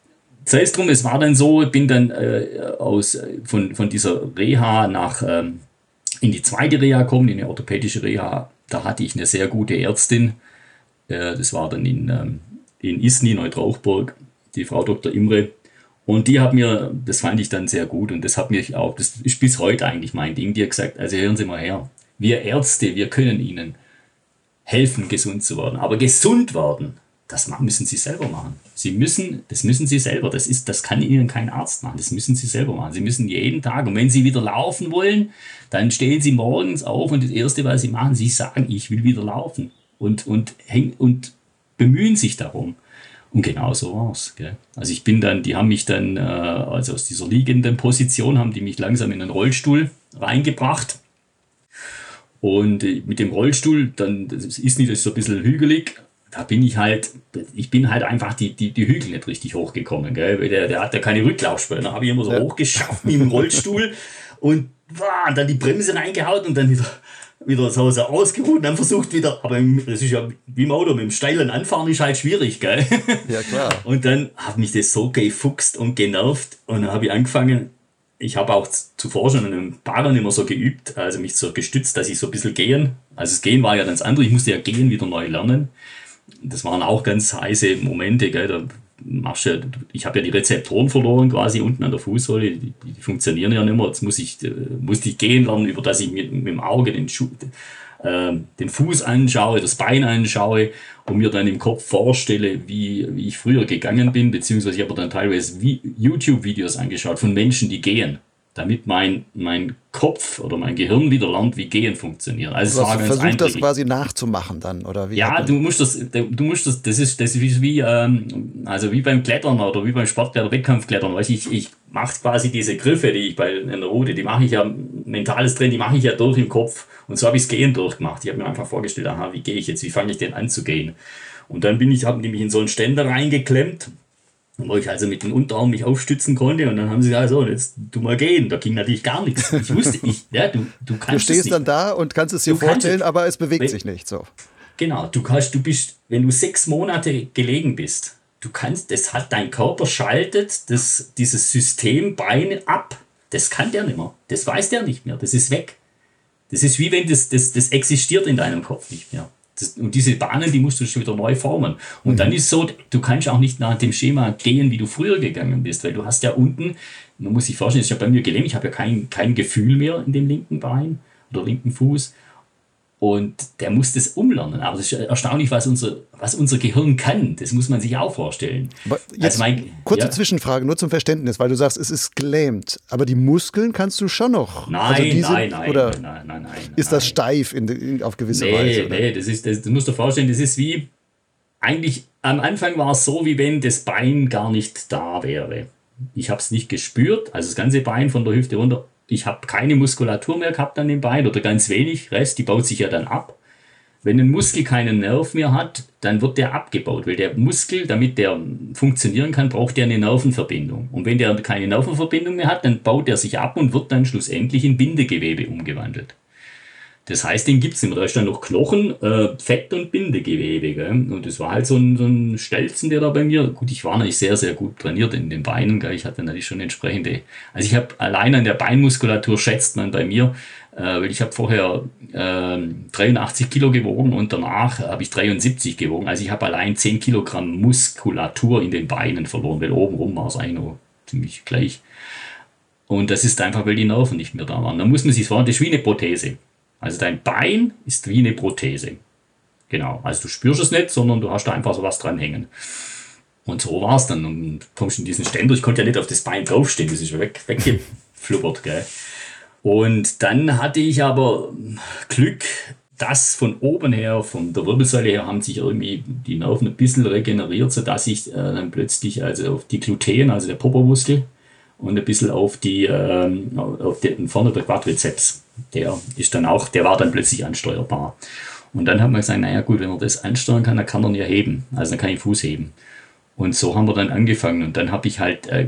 sei es drum, es war dann so, ich bin dann äh, aus, von, von dieser Reha nach ähm, in die zweite Reha gekommen, in eine orthopädische Reha. Da hatte ich eine sehr gute Ärztin. Äh, das war dann in, ähm, in Isny, Neutrauchburg, die Frau Doktor Imre. Und die hat mir, das fand ich dann sehr gut und das hat mich auch, das ist bis heute eigentlich mein Ding, die hat gesagt, also hören Sie mal her, wir Ärzte, wir können Ihnen helfen, gesund zu werden, aber gesund werden, das müssen Sie selber machen. Sie müssen, das müssen Sie selber, das ist, das kann Ihnen kein Arzt machen, das müssen Sie selber machen. Sie müssen jeden Tag, und wenn Sie wieder laufen wollen, dann stehen Sie morgens auf und das Erste, was Sie machen, Sie sagen, ich will wieder laufen und, und, häng, und bemühen sich darum. Und genau so war es. Also ich bin dann, die haben mich dann, äh, also aus dieser liegenden Position, haben die mich langsam in einen Rollstuhl reingebracht. Und äh, mit dem Rollstuhl, dann, das ist nicht so ein bisschen hügelig, da bin ich halt, ich bin halt einfach die, die, die Hügel nicht richtig hochgekommen, gell? Weil der, der hat ja keine Rücklaufspuren. Da habe ich immer so ja. hochgeschafft mit dem Rollstuhl und, und dann die Bremse reingehauen und dann wieder, wieder so, so ausgeruht und dann versucht wieder, aber das ist ja wie im Auto, mit dem steilen Anfahren ist halt schwierig, gell? Ja, klar. Und dann hat mich das so gefuchst und genervt und dann habe ich angefangen, ich habe auch zuvor schon an einem Barren immer so geübt, also mich so gestützt, dass ich so ein bisschen gehen, also das Gehen war ja ganz andere, ich musste ja gehen wieder neu lernen. Das waren auch ganz heiße Momente, gell? Da machst du, ich habe ja die Rezeptoren verloren quasi unten an der Fußsohle, die, die funktionieren ja nicht mehr. Jetzt muss ich, musste ich gehen lernen, über das ich mit, mit dem Auge den, Schuh, äh, den Fuß anschaue, das Bein anschaue und mir dann im Kopf vorstelle, wie, wie ich früher gegangen bin, beziehungsweise ich habe dann teilweise YouTube-Videos angeschaut von Menschen, die gehen, damit mein, mein Kopf oder mein Gehirn wieder lernt, wie Gehen funktioniert. Also du hast versucht, das quasi nachzumachen dann, oder wie? Ja, du musst das, du musst das, das ist, das ist wie, ähm, also wie beim Klettern oder wie beim Sportklettern, Wettkampfklettern, weißt, ich, ich mache quasi diese Griffe, die ich bei einer Route, die mache ich ja, mentales Training, die mache ich ja durch im Kopf und so habe ich das Gehen durchgemacht. Ich habe mir einfach vorgestellt, aha, wie gehe ich jetzt, wie fange ich denn an zu gehen? Und dann bin ich, haben die mich in so einen Ständer reingeklemmt, wo ich also mit dem Unterarm mich aufstützen konnte und dann haben sie gesagt, so, jetzt tu mal gehen. Da ging natürlich gar nichts. Ich wusste, ich, ja, du, du kannst Du stehst es nicht. dann da und kannst es dir Du vorstellen, kannst, aber es bewegt wenn, sich nicht so. Genau, du kannst, du bist, wenn du sechs Monate gelegen bist, du kannst, das hat dein Körper schaltet das, dieses System Beine ab. Das kann der nicht mehr. Das weiß der nicht mehr. Das ist weg. Das ist wie wenn das, das, das existiert in deinem Kopf nicht mehr. Das, und diese Bahnen, die musst du schon wieder neu formen. Und mhm. dann ist es so, du kannst auch nicht nach dem Schema gehen, wie du früher gegangen bist, weil du hast ja unten, man muss sich vorstellen, das ist ja bei mir gelähmt, ich habe ja kein, kein Gefühl mehr in dem linken Bein oder linken Fuß. Und der muss das umlernen. Aber es ist erstaunlich, was unser, was unser Gehirn kann. Das muss man sich auch vorstellen. Aber jetzt also mein, kurze ja. Zwischenfrage, nur zum Verständnis, weil du sagst, es ist gelähmt. Aber die Muskeln kannst du schon noch. Nein, also die nein, sind, nein, oder nein, nein, nein. Ist das steif in, in, auf gewisse nee, Weise? Oder? Nee, das ist, das, das musst du dir vorstellen, das ist wie, eigentlich am Anfang war es so, wie wenn das Bein gar nicht da wäre. Ich habe es nicht gespürt, also das ganze Bein von der Hüfte runter. Ich habe keine Muskulatur mehr gehabt an dem Bein oder ganz wenig, Rest, die baut sich ja dann ab. Wenn ein Muskel keinen Nerv mehr hat, dann wird der abgebaut, weil der Muskel, damit der funktionieren kann, braucht der eine Nervenverbindung. Und wenn der keine Nervenverbindung mehr hat, dann baut er sich ab und wird dann schlussendlich in Bindegewebe umgewandelt. Das heißt, den gibt es nicht mehr. Da ist dann noch Knochen, äh, Fett und Bindegewebe. Gell? Und das war halt so ein, so ein Stelzen, der da bei mir, gut, ich war natürlich sehr, sehr gut trainiert in den Beinen. Gell? Ich hatte natürlich schon entsprechende, also ich habe allein an der Beinmuskulatur schätzt man bei mir, äh, weil ich habe vorher äh, dreiundachtzig Kilo gewogen und danach habe ich dreiundsiebzig gewogen. Also ich habe allein zehn Kilogramm Muskulatur in den Beinen verloren, weil obenrum war es eigentlich noch ziemlich gleich. Und das ist einfach, weil die Nerven nicht mehr da waren. Da muss man sich vorstellen, das ist wie eine Prothese. Also dein Bein ist wie eine Prothese. Genau, also du spürst es nicht, sondern du hast da einfach so was dran hängen. Und so war es dann. Und kommst in diesen Ständer, ich konnte ja nicht auf das Bein draufstehen, das ist weg, weggeflubbert, gell. Und dann hatte ich aber Glück, dass von oben her, von der Wirbelsäule her, haben sich irgendwie die Nerven ein bisschen regeneriert, sodass ich äh, dann plötzlich also auf die Gluten, also der Popomuskel, und ein bisschen auf die, ähm, auf den, vorne der Quadrizeps. Der ist dann auch, der war dann plötzlich ansteuerbar. Und dann haben wir gesagt, naja gut, wenn man das ansteuern kann, dann kann man ja heben. Also dann kann ich den Fuß heben. Und so haben wir dann angefangen. Und dann habe ich halt äh,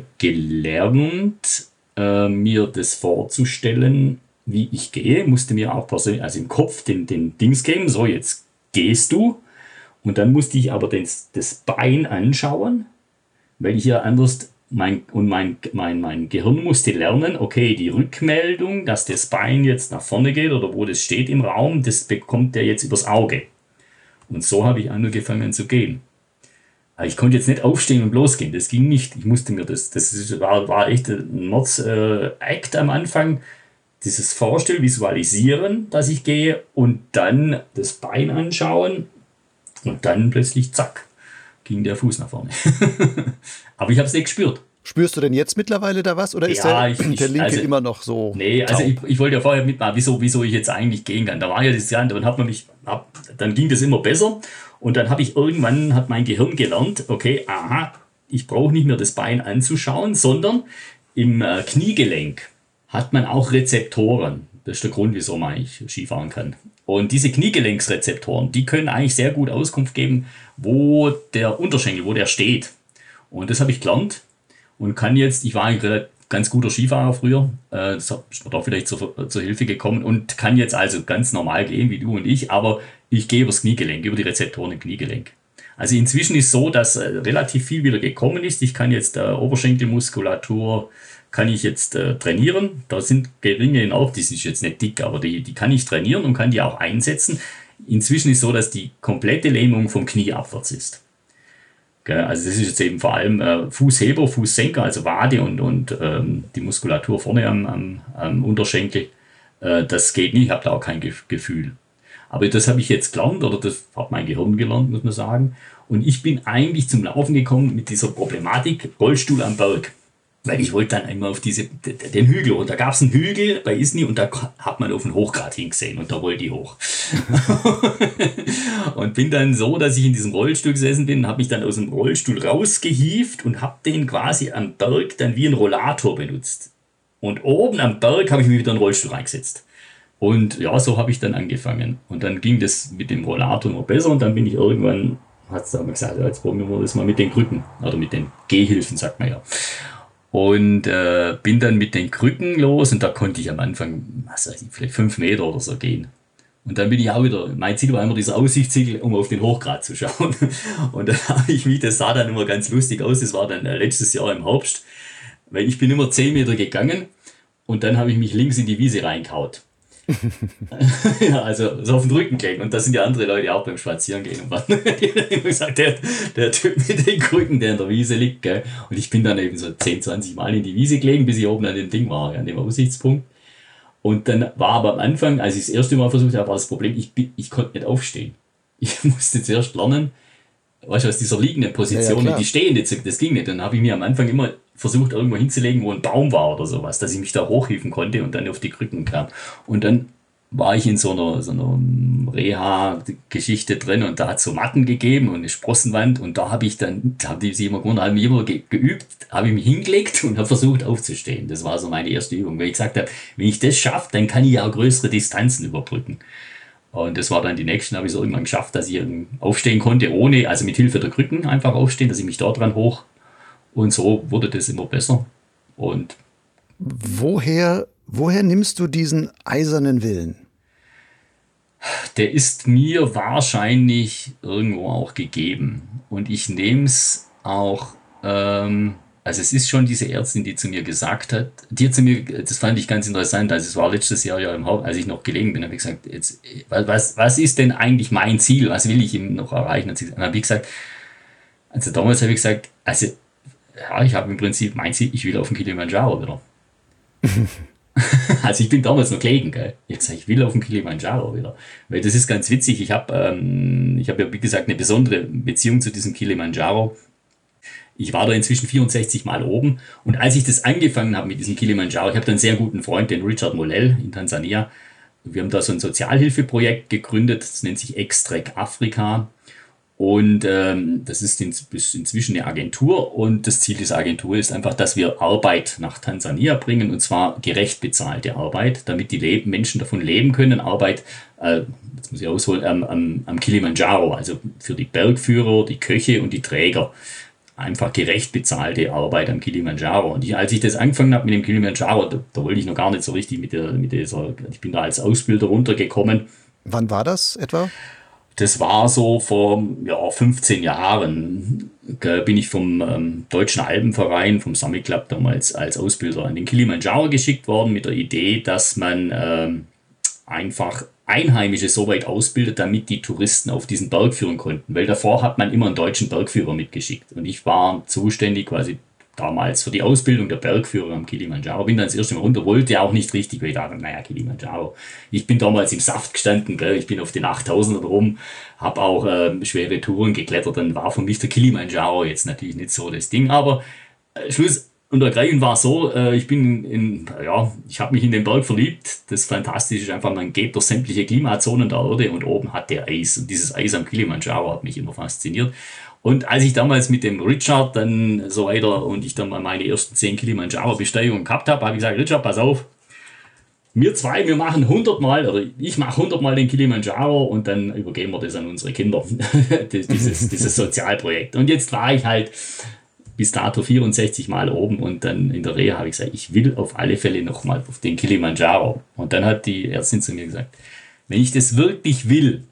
gelernt, äh, mir das vorzustellen, wie ich gehe. Musste mir auch persönlich, also im Kopf den, den Dings geben, so jetzt gehst du. Und dann musste ich aber das, das Bein anschauen, weil ich ja anders Mein, und mein, mein, mein Gehirn musste lernen, okay, die Rückmeldung, dass das Bein jetzt nach vorne geht oder wo das steht im Raum, das bekommt der jetzt übers Auge. Und so habe ich angefangen zu gehen. Aber ich konnte jetzt nicht aufstehen und losgehen, das ging nicht. Ich musste mir das, das war, war echt ein Mords-Act äh, am Anfang, dieses Vorstellen, Visualisieren, dass ich gehe und dann das Bein anschauen und dann plötzlich zack, ging der Fuß nach vorne. Aber ich habe es nicht gespürt. Spürst du denn jetzt mittlerweile da was oder ist ja, der, ich, der Linke also, immer noch so? Nee, also ich, ich wollte ja vorher mitmachen, wieso, wieso ich jetzt eigentlich gehen kann. Da war ja das Jahr, dann hat man mich, hab, dann ging das immer besser und dann habe ich irgendwann, hat mein Gehirn gelernt, okay, aha, ich brauche nicht mehr das Bein anzuschauen, sondern im äh, Kniegelenk hat man auch Rezeptoren. Das ist der Grund, wieso man eigentlich Skifahren kann. Und diese Kniegelenksrezeptoren, die können eigentlich sehr gut Auskunft geben, wo der Unterschenkel, wo der steht. Und das habe ich gelernt und kann jetzt, ich war eigentlich ein ganz guter Skifahrer früher, äh, das ist mir da vielleicht zur, zur Hilfe gekommen und kann jetzt also ganz normal gehen, wie du und ich, aber ich gehe übers Kniegelenk, über die Rezeptoren im Kniegelenk. Also inzwischen ist so, dass äh, relativ viel wieder gekommen ist. Ich kann jetzt äh, Oberschenkelmuskulatur, kann ich jetzt äh, trainieren. Da sind geringe in auch, die sind jetzt nicht dick, aber die, die kann ich trainieren und kann die auch einsetzen. Inzwischen ist so, dass die komplette Lähmung vom Knie abwärts ist. Also das ist jetzt eben vor allem äh, Fußheber, Fußsenker, also Wade und, und ähm, die Muskulatur vorne am, am, am Unterschenkel. Äh, das geht nicht, ich habe da auch kein Ge- Gefühl. Aber das habe ich jetzt gelernt, oder das hat mein Gehirn gelernt, muss man sagen. Und ich bin eigentlich zum Laufen gekommen mit dieser Problematik Rollstuhl am Berg. Weil ich wollte dann einmal auf diese, den Hügel, und da gab es einen Hügel bei Isny und da hat man auf den Hochgrat hingesehen und da wollte ich hoch. Und bin dann so, dass ich in diesem Rollstuhl gesessen bin, habe mich dann aus dem Rollstuhl rausgehievt und habe den quasi am Berg dann wie ein Rollator benutzt. Und oben am Berg habe ich mich wieder in den Rollstuhl reingesetzt. Und ja, so habe ich dann angefangen. Und dann ging das mit dem Rollator immer besser und dann bin ich irgendwann, hat es da mal gesagt, ja, jetzt probieren wir das mal mit den Krücken oder mit den Gehhilfen, sagt man ja. Und äh, bin dann mit den Krücken los und da konnte ich am Anfang, was weiß ich, vielleicht fünf Meter oder so gehen. Und dann bin ich auch wieder, mein Ziel war immer dieser Aussichtssiegel, um auf den Hochgrat zu schauen. Und dann habe ich mich, das sah dann immer ganz lustig aus, das war dann äh, letztes Jahr im Herbst, weil ich bin immer zehn Meter gegangen und dann habe ich mich links in die Wiese reingehaut. Ja, also so auf den Rücken gelegen. Und da sind ja andere Leute auch beim Spazierengehen. Und waren, die haben immer gesagt, der, der Typ mit den Krücken, der in der Wiese liegt. Gell? Und ich bin dann eben so zehn, zwanzig Mal in die Wiese gelegen, bis ich oben an dem Ding war, an dem Aussichtspunkt. Und dann war aber am Anfang, als ich das erste Mal versucht habe, war das Problem, ich, ich konnte nicht aufstehen. Ich musste zuerst lernen, weißt du, aus dieser liegenden Position, ja, ja, die stehende, das ging nicht. Dann habe ich mir am Anfang immer versucht, irgendwo hinzulegen, wo ein Baum war oder sowas, dass ich mich da hochhieven konnte und dann auf die Krücken kam. Und dann war ich in so einer, so einer Reha-Geschichte drin und da hat es so Matten gegeben und eine Sprossenwand und da habe ich dann, da haben die sich immer gewundert, haben mich immer ge- geübt, habe ich mich hingelegt und habe versucht aufzustehen. Das war so meine erste Übung, weil ich gesagt habe, wenn ich das schaffe, dann kann ich ja auch größere Distanzen überbrücken. Und das war dann die nächsten, habe ich so irgendwann geschafft, dass ich aufstehen konnte, ohne, also mit Hilfe der Krücken einfach aufstehen, dass ich mich dort dran hoch und so wurde das immer besser. Und woher, woher nimmst du diesen eisernen Willen? Der ist mir wahrscheinlich irgendwo auch gegeben. Und ich nehme es auch, ähm, also es ist schon diese Ärztin, die zu mir gesagt hat, die hat zu mir, das fand ich ganz interessant, also es war letztes Jahr ja im Haupt, als ich noch gelegen bin, habe ich gesagt, jetzt, was, was ist denn eigentlich mein Ziel, was will ich ihm noch erreichen? Und dann habe ich gesagt, also damals habe ich gesagt, also ja, ich habe im Prinzip mein Ziel, ich will auf den Kilimanjaro wieder. Also ich bin damals noch gelegen, gell? Jetzt sage ich, ich will auf den Kilimanjaro wieder. Weil das ist ganz witzig, ich habe ähm, ich hab ja wie gesagt eine besondere Beziehung zu diesem Kilimanjaro. Ich war da inzwischen vierundsechzig Mal oben und als ich das angefangen habe mit diesem Kilimanjaro, ich habe da einen sehr guten Freund, den Richard Molell in Tansania. Wir haben da so ein Sozialhilfeprojekt gegründet, das nennt sich Extrec Afrika. Und ähm, das ist, in, ist inzwischen eine Agentur und das Ziel dieser Agentur ist einfach, dass wir Arbeit nach Tansania bringen und zwar gerecht bezahlte Arbeit, damit die Le- Menschen davon leben können. Arbeit, äh, jetzt muss ich ausholen, ähm, am, am Kilimanjaro, also für die Bergführer, die Köche und die Träger. Einfach gerecht bezahlte Arbeit am Kilimanjaro. Und ich, als ich das angefangen habe mit dem Kilimanjaro, da, da wollte ich noch gar nicht so richtig mit, der, mit dieser, ich bin da als Ausbilder runtergekommen. Wann war das etwa? Das war so vor ja, fünfzehn Jahren, bin ich vom ähm, Deutschen Alpenverein, vom Summit Club damals als Ausbilder an den Kilimanjaro geschickt worden mit der Idee, dass man ähm, einfach Einheimische so weit ausbildet, damit die Touristen auf diesen Berg führen konnten. Weil davor hat man immer einen deutschen Bergführer mitgeschickt. Und ich war zuständig quasi damals für die Ausbildung der Bergführer am Kilimanjaro. Bin dann das erste Mal runter, wollte auch nicht richtig, weil ich dachte, naja, Kilimanjaro. Ich bin damals im Saft gestanden, gell? Ich bin auf den achttausender rum, habe auch äh, schwere Touren geklettert, dann war für mich der Kilimanjaro jetzt natürlich nicht so das Ding, aber äh, Schluss und ergreifend war es so, äh, ich bin in, ja, ich habe mich in den Berg verliebt. Das Fantastische ist einfach, man geht durch sämtliche Klimazonen der Erde und oben hat der Eis. Und dieses Eis am Kilimanjaro hat mich immer fasziniert. Und als ich damals mit dem Richard dann so weiter und ich dann mal meine ersten zehn Kilimanjaro-Besteigungen gehabt habe, habe ich gesagt, Richard, pass auf, wir zwei, wir machen hundert Mal, oder ich mache hundert Mal den Kilimanjaro und dann übergeben wir das an unsere Kinder, dieses, dieses Sozialprojekt. Und jetzt war ich halt bis dato vierundsechzig Mal oben und dann in der Reha habe ich gesagt, ich will auf alle Fälle nochmal auf den Kilimanjaro. Und dann hat die Ärztin zu mir gesagt, wenn ich das wirklich will,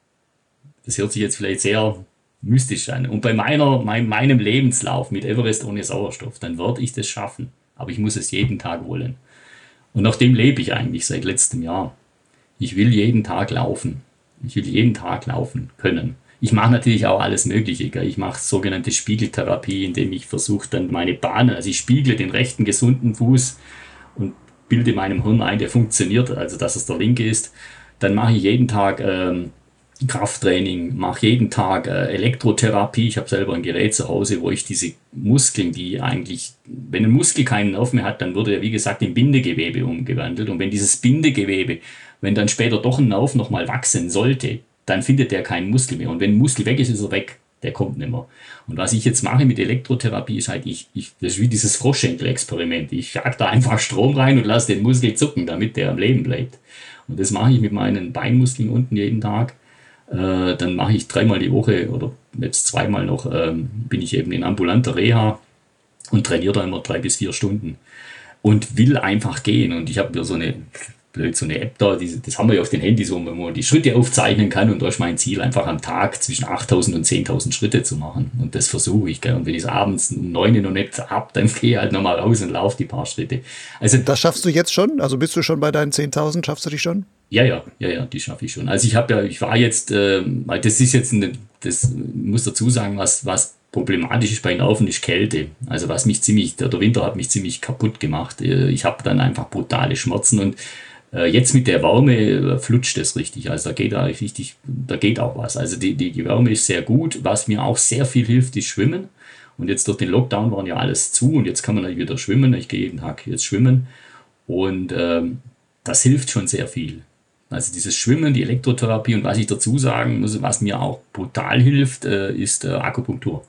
das hört sich jetzt vielleicht sehr mystisch an, und bei meiner, mein, meinem Lebenslauf mit Everest ohne Sauerstoff, dann werde ich das schaffen. Aber ich muss es jeden Tag wollen. Und nach dem lebe ich eigentlich seit letztem Jahr. Ich will jeden Tag laufen. Ich will jeden Tag laufen können. Ich mache natürlich auch alles Mögliche. Gell? Ich mache sogenannte Spiegeltherapie, indem ich versuche dann meine Bahnen, also ich spiegle den rechten gesunden Fuß und bilde meinem Hirn ein, der funktioniert, also dass es der linke ist. Dann mache ich jeden Tag ähm, Krafttraining, mache jeden Tag äh, Elektrotherapie. Ich habe selber ein Gerät zu Hause, wo ich diese Muskeln, die eigentlich, wenn ein Muskel keinen Nerv mehr hat, dann würde er, wie gesagt, in Bindegewebe umgewandelt. Und wenn dieses Bindegewebe, wenn dann später doch ein Nerv nochmal wachsen sollte, dann findet der keinen Muskel mehr. Und wenn ein Muskel weg ist, ist er weg. Der kommt nicht mehr. Und was ich jetzt mache mit Elektrotherapie, ist halt, ich, ich, das ist wie dieses Froschschenkel-Experiment. Ich jag da einfach Strom rein und lasse den Muskel zucken, damit der am Leben bleibt. Und das mache ich mit meinen Beinmuskeln unten jeden Tag. Äh, dann mache ich dreimal die Woche oder jetzt zweimal noch, ähm, bin ich eben in ambulanter Reha und trainiere da immer drei bis vier Stunden. Und will einfach gehen. Und ich habe mir so eine blöd, so eine App da, die, das haben wir ja auf den Handys, wo man die Schritte aufzeichnen kann und da ist mein Ziel, einfach am Tag zwischen achttausend und zehntausend Schritte zu machen und das versuche ich, gell? Und wenn ich es abends um neun Uhr noch nicht habe, dann gehe ich halt nochmal raus und laufe die paar Schritte. Also, das schaffst du jetzt schon? Also bist du schon bei deinen zehntausend, schaffst du die schon? Ja, ja, ja, ja, die schaffe ich schon. Also ich habe ja, ich war jetzt, äh, das ist jetzt, eine, das muss dazu sagen, was, was problematisch ist bei Nerven, ist Kälte. Also was mich ziemlich, der, der Winter hat mich ziemlich kaputt gemacht. Ich habe dann einfach brutale Schmerzen und äh, jetzt mit der Wärme flutscht es richtig. Also da geht auch richtig, da geht auch was. Also die, die, die Wärme ist sehr gut. Was mir auch sehr viel hilft, ist Schwimmen. Und jetzt durch den Lockdown waren ja alles zu und jetzt kann man dann wieder schwimmen. Ich gehe jeden Tag jetzt schwimmen und ähm, das hilft schon sehr viel. Also dieses Schwimmen, die Elektrotherapie und was ich dazu sagen muss, was mir auch brutal hilft, äh, ist äh, Akupunktur.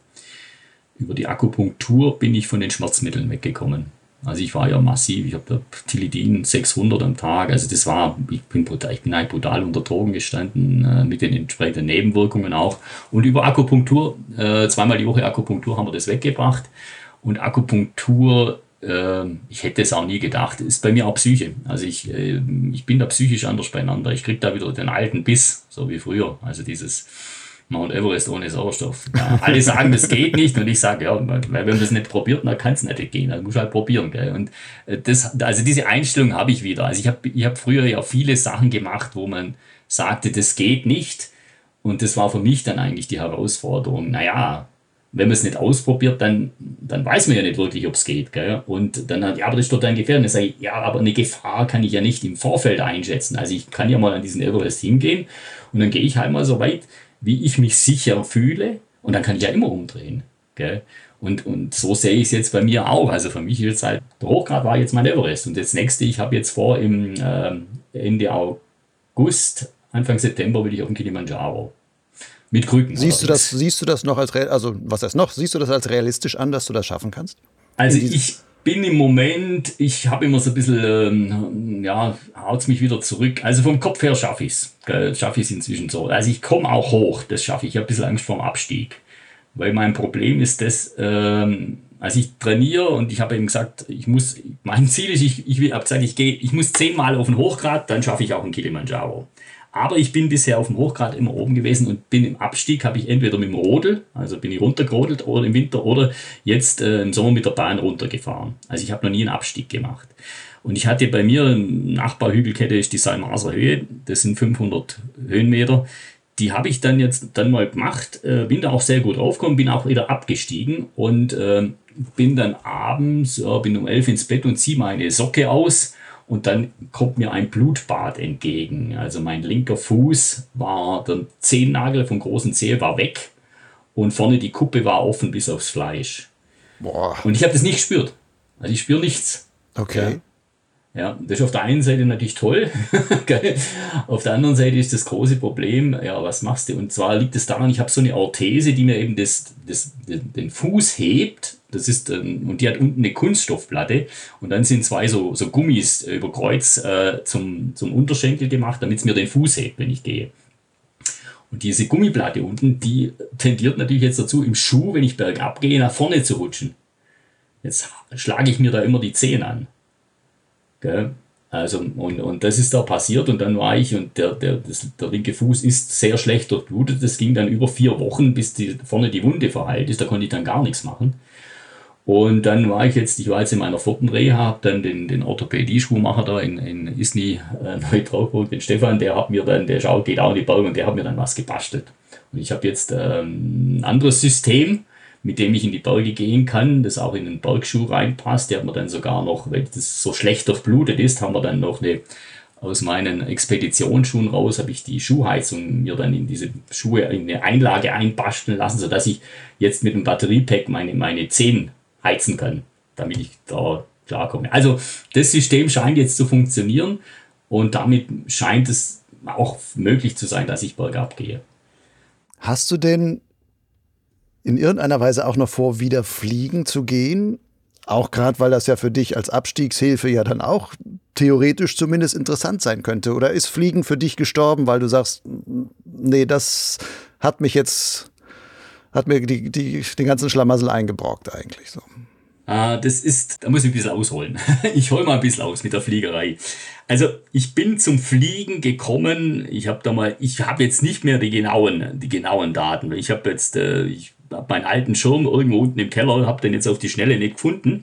Über die Akupunktur bin ich von den Schmerzmitteln weggekommen. Also ich war ja massiv, ich habe Tilidin sechshundert am Tag, also das war, ich bin brutal, ich bin halt brutal unter Drogen gestanden, äh, mit den entsprechenden Nebenwirkungen auch. Und über Akupunktur, äh, zweimal die Woche Akupunktur haben wir das weggebracht. Und Akupunktur, ich hätte es auch nie gedacht, ist bei mir auch Psyche. Also ich, ich bin da psychisch anders beieinander. Ich kriege da wieder den alten Biss, so wie früher. Also dieses Mount Everest ohne Sauerstoff. Ja, alle sagen, das geht nicht und ich sage, ja, weil wenn man das nicht probiert, dann kann es nicht gehen. Dann muss halt probieren. Gell? Und das, also diese Einstellung habe ich wieder. Also ich habe ich hab früher ja viele Sachen gemacht, wo man sagte, das geht nicht. Und das war für mich dann eigentlich die Herausforderung. Naja, wenn man es nicht ausprobiert, dann, dann weiß man ja nicht wirklich, ob es geht. Gell? Und dann hat, ja, aber das ist doch dann gefährlich. Dann sage ich, ja, aber eine Gefahr kann ich ja nicht im Vorfeld einschätzen. Also ich kann ja mal an diesen Everest hingehen und dann gehe ich halt mal so weit, wie ich mich sicher fühle und dann kann ich ja immer umdrehen. Gell? Und, und so sehe ich es jetzt bei mir auch. Also für mich jetzt halt, der Hochgrad war jetzt mein Everest und das nächste, ich habe jetzt vor, im ähm, Ende August, Anfang September will ich auf den Kilimanjaro. Mit Krücken. Siehst du das, siehst du das noch als, also was heißt noch, siehst du das als realistisch an, dass du das schaffen kannst? Also ich bin im Moment, ich habe immer so ein bisschen, ähm, ja, haut es mich wieder zurück. Also vom Kopf her schaffe ich es, schaffe ich es inzwischen so. Also ich komme auch hoch, das schaffe ich. Ich habe ein bisschen Angst vor dem Abstieg. Weil mein Problem ist das, ähm, also ich trainiere und ich habe eben gesagt, ich muss, mein Ziel ist, ich, ich habe gesagt, ich gehe, ich muss zehnmal auf den Hochgrad, dann schaffe ich auch einen Kilimanjaro. Aber ich bin bisher auf dem Hochgrad immer oben gewesen und bin im Abstieg, habe ich entweder mit dem Rodel, also bin ich runtergerodelt oder im Winter oder jetzt äh, im Sommer mit der Bahn runtergefahren. Also ich habe noch nie einen Abstieg gemacht. Und ich hatte bei mir, Nachbarhügelkette ist die Salmaser Höhe, das sind fünfhundert Höhenmeter. Die habe ich dann jetzt dann mal gemacht, äh, bin da auch sehr gut aufgekommen, bin auch wieder abgestiegen und äh, bin dann abends, ja, bin um elf ins Bett und ziehe meine Socke aus. Und dann kommt mir ein Blutbad entgegen. Also mein linker Fuß war, der Zehennagel vom großen Zeh war weg und vorne die Kuppe war offen bis aufs Fleisch. Boah. Und ich habe das nicht gespürt. Also ich spüre nichts. Okay. Ja, ja, das ist auf der einen Seite natürlich toll. Auf der anderen Seite ist das große Problem, ja, was machst du? Und zwar liegt es daran, ich habe so eine Orthese, die mir eben das, das, den Fuß hebt. Das ist, ähm, und die hat unten eine Kunststoffplatte und dann sind zwei so, so Gummis über Kreuz äh, zum, zum Unterschenkel gemacht, damit es mir den Fuß hebt, wenn ich gehe. Und diese Gummiplatte unten, die tendiert natürlich jetzt dazu, im Schuh, wenn ich bergab gehe, nach vorne zu rutschen. Jetzt schlage ich mir da immer die Zehen an. Gell? Also, und, und das ist da passiert und dann war ich, und der, der, das, der linke Fuß ist sehr schlecht durchblutet. Das ging dann über vier Wochen, bis die, vorne die Wunde verheilt ist. Da konnte ich dann gar nichts machen. Und dann war ich jetzt, ich war jetzt in meiner vierten Reha, habe dann den, den Orthopädie-Schuhmacher da in, in Isny, äh, Neutraubburg, den Stefan, der hat mir dann, der schaut, geht auch in die Berge und der hat mir dann was gebastelt. Und ich habe jetzt ähm, ein anderes System, mit dem ich in die Berge gehen kann, das auch in den Bergschuh reinpasst. Der hat mir dann sogar noch, weil das so schlecht durchblutet ist, haben wir dann noch eine, aus meinen Expeditionsschuhen raus, habe ich die Schuhheizung mir dann in diese Schuhe, in eine Einlage einbasteln lassen, sodass ich jetzt mit dem Batteriepack meine, meine Zehen heizen kann, damit ich da klarkomme. Also das System scheint jetzt zu funktionieren und damit scheint es auch möglich zu sein, dass ich bergab gehe. Hast du denn in irgendeiner Weise auch noch vor, wieder fliegen zu gehen? Auch gerade, weil das ja für dich als Abstiegshilfe ja dann auch theoretisch zumindest interessant sein könnte. Oder ist Fliegen für dich gestorben, weil du sagst, nee, das hat mich jetzt... hat mir die, die, den ganzen Schlamassel eingebrockt eigentlich so. Äh, das ist, da muss ich ein bisschen ausholen. Ich hole mal ein bisschen aus mit der Fliegerei. Also ich bin zum Fliegen gekommen. Ich habe da mal, ich habe jetzt nicht mehr die genauen, die genauen Daten. Ich habe jetzt, äh, ich habe meinen alten Schirm irgendwo unten im Keller, habe den jetzt auf die Schnelle nicht gefunden.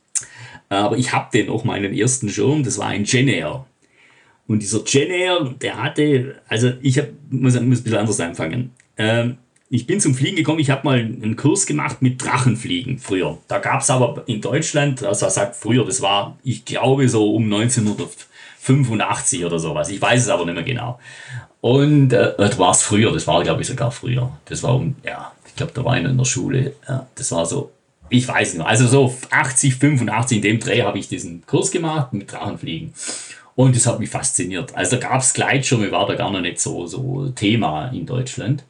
Aber ich habe den noch, meinen ersten Schirm. Das war ein Genair. Und dieser Genair, der hatte, also ich hab, muss, muss ein bisschen anders anfangen. Ähm, ich bin zum Fliegen gekommen, ich habe mal einen Kurs gemacht mit Drachenfliegen früher. Da gab es aber in Deutschland, also er sagt früher, das war, ich glaube, so um neunzehnhundertfünfundachtzig oder sowas. Ich weiß es aber nicht mehr genau. Und äh, das war es früher, das war, glaube ich, sogar früher. Das war um, ja, ich glaube, da war einer in der Schule. Ja, das war so, ich weiß nicht mehr. Also so achtzig, fünfundachtzig, in dem Dreh habe ich diesen Kurs gemacht mit Drachenfliegen. Und das hat mich fasziniert. Also da gab es Gleitschirme, war da gar noch nicht so, so Thema in Deutschland.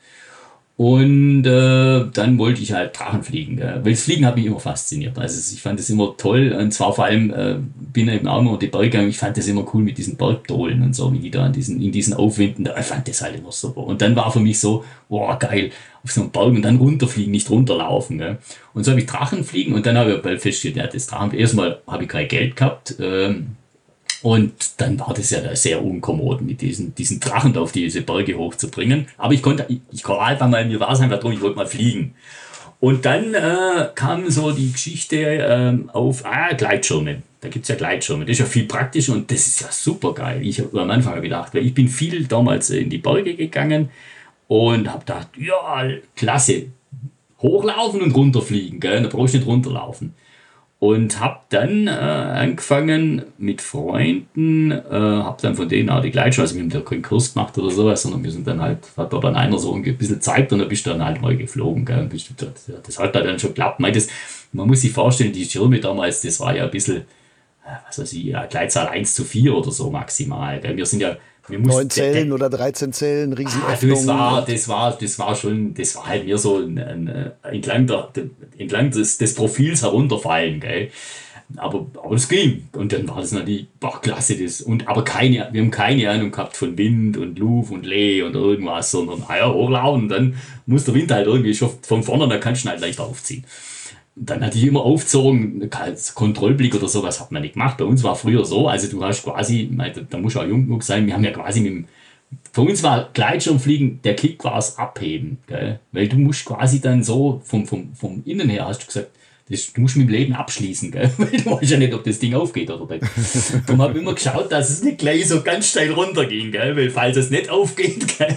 Und äh, dann wollte ich halt Drachen fliegen. Gell? Weil das Fliegen hat mich immer fasziniert. Also ich fand das immer toll. Und zwar vor allem, äh, bin ich eben auch immer die Berge gegangen. Ich fand das immer cool mit diesen Bergdohlen und so, wie die da in diesen, in diesen Aufwinden. Ich fand das halt immer super. Und dann war für mich so, boah, geil, auf so einem Berg und dann runterfliegen, nicht runterlaufen. Gell? Und so habe ich Drachen fliegen und dann habe ich bald festgestellt, ja, das Drachen, erstmal habe ich kein Geld gehabt. Ähm, Und dann war das ja sehr unkommod, mit diesen, diesen Drachen auf diese Berge hochzubringen. Aber ich konnte, ich, ich konnte einfach mal, mir war es einfach drum, ich wollte mal fliegen. Und dann äh, kam so die Geschichte äh, auf, ah, Gleitschirme. Da gibt es ja Gleitschirme. Das ist ja viel praktischer und das ist ja super geil. Ich habe am Anfang gedacht, weil ich bin viel damals in die Berge gegangen und habe gedacht, ja, klasse, hochlaufen und runterfliegen, gell? Da brauchst du nicht runterlaufen. Und habe dann äh, angefangen mit Freunden, äh, habe dann von denen auch die Gleitschirme, also wir haben da keinen Kurs gemacht oder sowas, sondern wir sind dann halt, hat da dann einer so ein bisschen gezeigt und dann bist du dann halt mal geflogen. Gell? Und bist du, das, das hat dann schon geklappt. Man, das, man muss sich vorstellen, die Schirme damals, das war ja ein bisschen, was weiß ich, ja, Gleitzahl eins zu vier oder so maximal. Gell? Wir sind ja, wir mussten, Neun Zellen der, oder dreizehn Zellen, Riesenöffnung. Ah, das, war, das, war, das war schon, das war halt mehr so ein, ein, entlang, der, entlang des, des Profils herunterfallen, gell. Aber, aber das ging. Und dann war das natürlich, boah, klasse, das. Und, aber keine, wir haben keine Ahnung gehabt von Wind und Luft und Lee und irgendwas, sondern, naja, hochlaufen, und dann muss der Wind halt irgendwie schon von vorne, dann kannst du ihn halt leichter aufziehen. Dann hatte ich immer aufgezogen, Kontrollblick oder sowas hat man nicht gemacht. Bei uns war früher so, also du hast quasi, da musst du auch jung genug sein, wir haben ja quasi mit dem, für uns war Gleitschirmfliegen, der Kick war es abheben, gell? Weil du musst quasi dann so, vom, vom, vom Innen her hast du gesagt, das, du musst mit dem Leben abschließen, gell? Weil du weißt ja nicht, ob das Ding aufgeht oder nicht. Darum habe ich immer geschaut, dass es nicht gleich so ganz steil runterging, gell? Weil falls es nicht aufgeht, gell?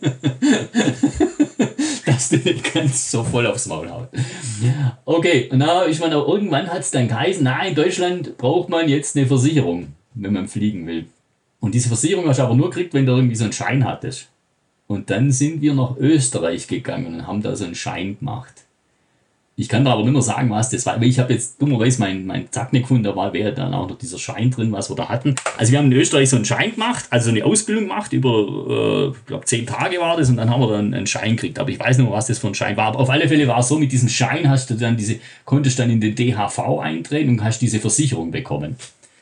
Dass du nicht ganz so voll aufs Maul haut. Okay, und na, ich meine, irgendwann hat es dann geheißen, na, in Deutschland braucht man jetzt eine Versicherung, wenn man fliegen will. Und diese Versicherung hast du aber nur gekriegt, wenn du irgendwie so einen Schein hattest. Und dann sind wir nach Österreich gegangen und haben da so einen Schein gemacht. Ich kann da aber nicht mehr sagen, was das war, weil ich habe jetzt dummerweise meinen mein Zack nicht gefunden, da war, wäre dann auch noch dieser Schein drin, was wir da hatten. Also wir haben in Österreich so einen Schein gemacht, also eine Ausbildung gemacht, über, äh, ich glaube, zehn Tage war das und dann haben wir dann einen Schein gekriegt. Aber ich weiß nicht mehr, was das für ein Schein war. Aber auf alle Fälle war es so, mit diesem Schein hast du dann diese, konntest dann in den D H V eintreten und hast diese Versicherung bekommen.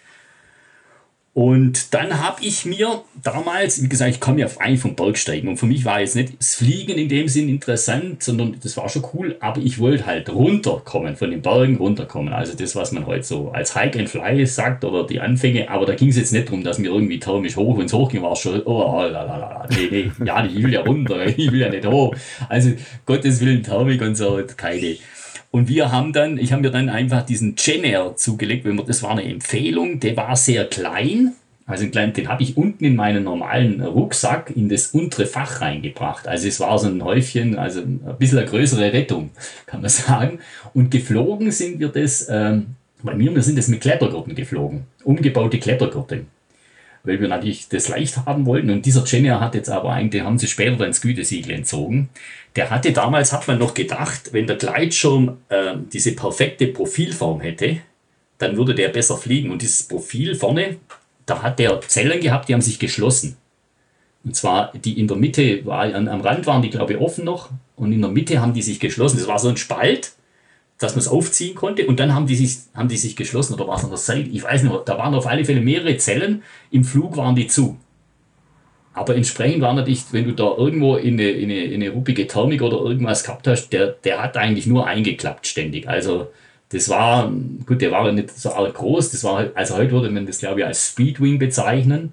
Und dann habe ich mir damals, wie gesagt, ich komme ja eigentlich vom Bergsteigen und für mich war jetzt nicht das Fliegen in dem Sinn interessant, sondern das war schon cool, aber ich wollte halt runterkommen, von den Bergen runterkommen. Also das, was man heute so als Hike and Fly sagt oder die Anfänge, aber da ging es jetzt nicht darum, dass mir irgendwie thermisch hoch, wenn es hochging, war es schon, oh, lalala, nee, nee, ja, ich will ja runter, ich will ja nicht hoch. Also Gottes Willen, Thermik und so, keine. Und wir haben dann, ich habe mir dann einfach diesen Genair zugelegt, das war eine Empfehlung, der war sehr klein, also einen kleinen, den habe ich unten in meinen normalen Rucksack in das untere Fach reingebracht. Also es war so ein Häufchen, also ein bisschen eine größere Rettung, kann man sagen. Und geflogen sind wir das, ähm, bei mir, wir sind das mit Klettergurten geflogen, umgebaute Klettergurte. Weil wir natürlich das leicht haben wollten. Und dieser Genair hat jetzt aber eigentlich, den haben sie später dann ins Gütesiegel entzogen. Der hatte damals, hat man noch gedacht, wenn der Gleitschirm äh, diese perfekte Profilform hätte, dann würde der besser fliegen. Und dieses Profil vorne, da hat der Zellen gehabt, die haben sich geschlossen. Und zwar, die in der Mitte, war, an, am Rand waren die, glaube ich, offen noch. Und in der Mitte haben die sich geschlossen. Das war so ein Spalt, dass man es aufziehen konnte und dann haben die sich, haben die sich geschlossen oder war es an der Seite, ich weiß nicht, da waren auf alle Fälle mehrere Zellen, im Flug waren die zu. Aber entsprechend war natürlich, wenn du da irgendwo in eine, in eine, in eine ruppige Thermik oder irgendwas gehabt hast, der, der hat eigentlich nur eingeklappt ständig. Also Das war, gut, der war nicht so arg groß, das war, also heute würde man das, glaube ich, als Speedwing bezeichnen.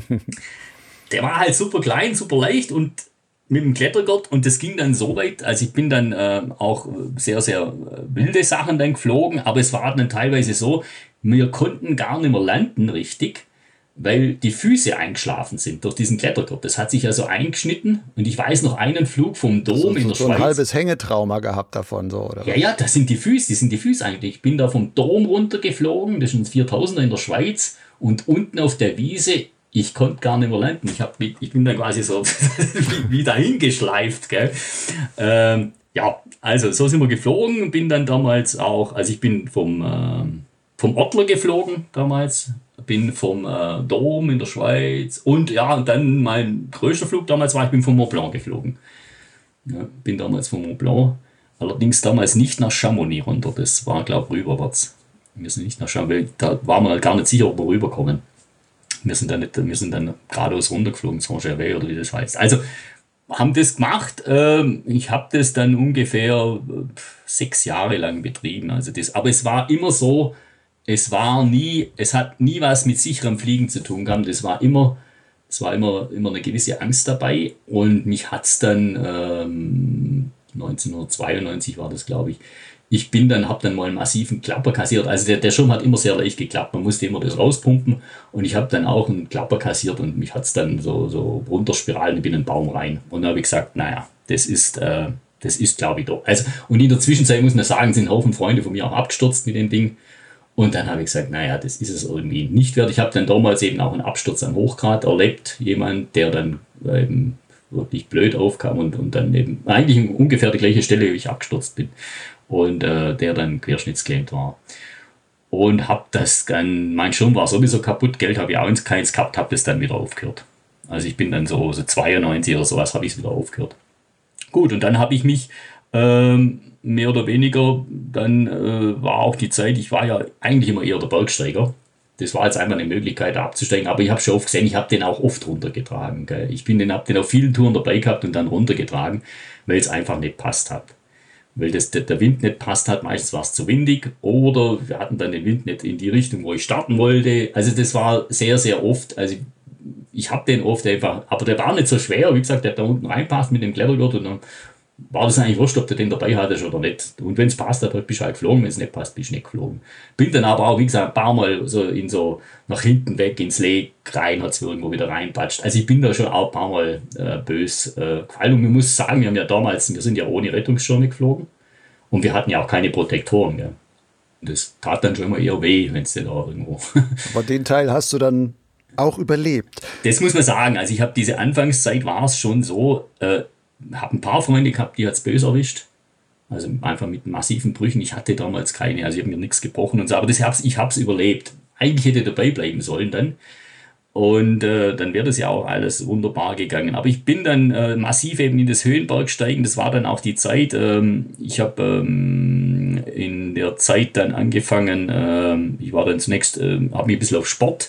Der war halt super klein, super leicht und mit dem Klettergurt, und das ging dann so weit, also ich bin dann äh, auch sehr, sehr wilde Sachen dann geflogen, aber es war dann teilweise so, wir konnten gar nicht mehr landen richtig, weil die Füße eingeschlafen sind durch diesen Klettergurt. Das hat sich also eingeschnitten, und ich weiß noch einen Flug vom Dom so, in der so Schweiz. ein halbes Hängetrauma gehabt davon, so, oder? Ja, ja, das sind die Füße, die sind die Füße eigentlich. Ich bin da vom Dom runtergeflogen, das sind viertausender in der Schweiz, und unten auf der Wiese, ich konnte gar nicht mehr landen. Ich, hab, ich bin dann quasi so wie, wie dahin geschleift. Gell? Ähm, ja, also so sind wir geflogen. Bin dann damals auch, also ich bin vom, äh, vom Ottler geflogen damals, bin vom äh, Dom in der Schweiz, und ja, und dann mein größter Flug damals war, ich bin vom Mont Blanc geflogen. Ja, bin damals vom Mont Blanc, allerdings damals nicht nach Chamonix runter. Das war, glaube ich, rüberwärts. Wir sind nicht nach Chamonix, da waren wir halt gar nicht sicher, ob wir rüberkommen. Wir sind dann, nicht, wir sind dann geradeaus runtergeflogen, Saint-Gervais oder wie das heißt. Also haben das gemacht. Ähm, ich habe das dann ungefähr sechs Jahre lang betrieben. Also das, aber es war immer so, es war nie, es hat nie was mit sicherem Fliegen zu tun gehabt. Es war immer, es war immer, immer eine gewisse Angst dabei, und mich hat es dann ähm, neunzehnhundertzweiundneunzig war das, glaube ich. Ich bin dann, habe dann mal einen massiven Klapper kassiert. Also der, der Schirm hat immer sehr leicht geklappt. Man musste immer das rauspumpen. Und ich habe dann auch einen Klapper kassiert, und mich hat es dann so, so runterspiralen, bin in den Baum rein. Und dann habe ich gesagt, naja, das ist, äh, das ist, glaube ich, doch. Also, und in der Zwischenzeit muss man sagen, sind ein Haufen Freunde von mir auch abgestürzt mit dem Ding. Und dann habe ich gesagt, naja, das ist es irgendwie nicht wert. Ich habe dann damals eben auch einen Absturz am Hochgrat erlebt. Jemand, der dann eben wirklich blöd aufkam und, und dann eben eigentlich ungefähr die gleiche Stelle, wie ich abgestürzt bin. Und äh, der dann querschnittsgelähmt war. Und hab das dann, mein Schirm war sowieso kaputt, Geld habe ich auch ins keins gehabt, habe das dann wieder aufgehört. Also ich bin dann so, so zweiundneunzig oder sowas, habe ich es wieder aufgehört. Gut, und dann habe ich mich ähm, mehr oder weniger, dann äh, war auch die Zeit, ich war ja eigentlich immer eher der Bergsteiger. Das war jetzt einfach eine Möglichkeit, da abzusteigen, aber ich habe schon oft gesehen, ich habe den auch oft runtergetragen. Gell? Ich bin den, habe den auf vielen Touren dabei gehabt und dann runtergetragen, weil es einfach nicht passt hat. Weil das, der Wind nicht passt hat, meistens war es zu windig, oder wir hatten dann den Wind nicht in die Richtung, wo ich starten wollte. Also das war sehr, sehr oft, also ich, ich habe den oft einfach, aber der war nicht so schwer, wie gesagt, der hat da unten reinpasst mit dem Klettergurt, und dann war das eigentlich wurscht, ob du den dabei hattest oder nicht. Und wenn es passt hat, bist du halt geflogen, wenn es nicht passt, bist du nicht geflogen. Bin dann aber auch, wie gesagt, ein paar Mal so in so nach hinten weg ins Leg rein, hat es irgendwo wieder reinpatscht. Also ich bin da schon auch ein paar Mal äh, bös äh, gefallen. Und man muss sagen, wir haben ja damals, wir sind ja ohne Rettungsschirme geflogen, und wir hatten ja auch keine Protektoren. Gell. Und das tat dann schon immer eher weh, wenn es denn da irgendwo... Aber den Teil hast du dann auch überlebt. Das muss man sagen. Also ich habe diese Anfangszeit, war es schon so, äh, habe ein paar Freunde gehabt, die hat es böse erwischt. Also einfach mit massiven Brüchen. Ich hatte damals keine, also ich habe mir nichts gebrochen und so. Aber das hab's, ich habe es überlebt. Eigentlich hätte ich dabei bleiben sollen dann. Und äh, dann wäre das ja auch alles wunderbar gegangen. Aber ich bin dann äh, massiv eben in das Höhenbergsteigen. Das war dann auch die Zeit. Ähm, ich habe ähm, in der Zeit dann angefangen, ähm, ich war dann zunächst, äh, habe mich ein bisschen auf Sport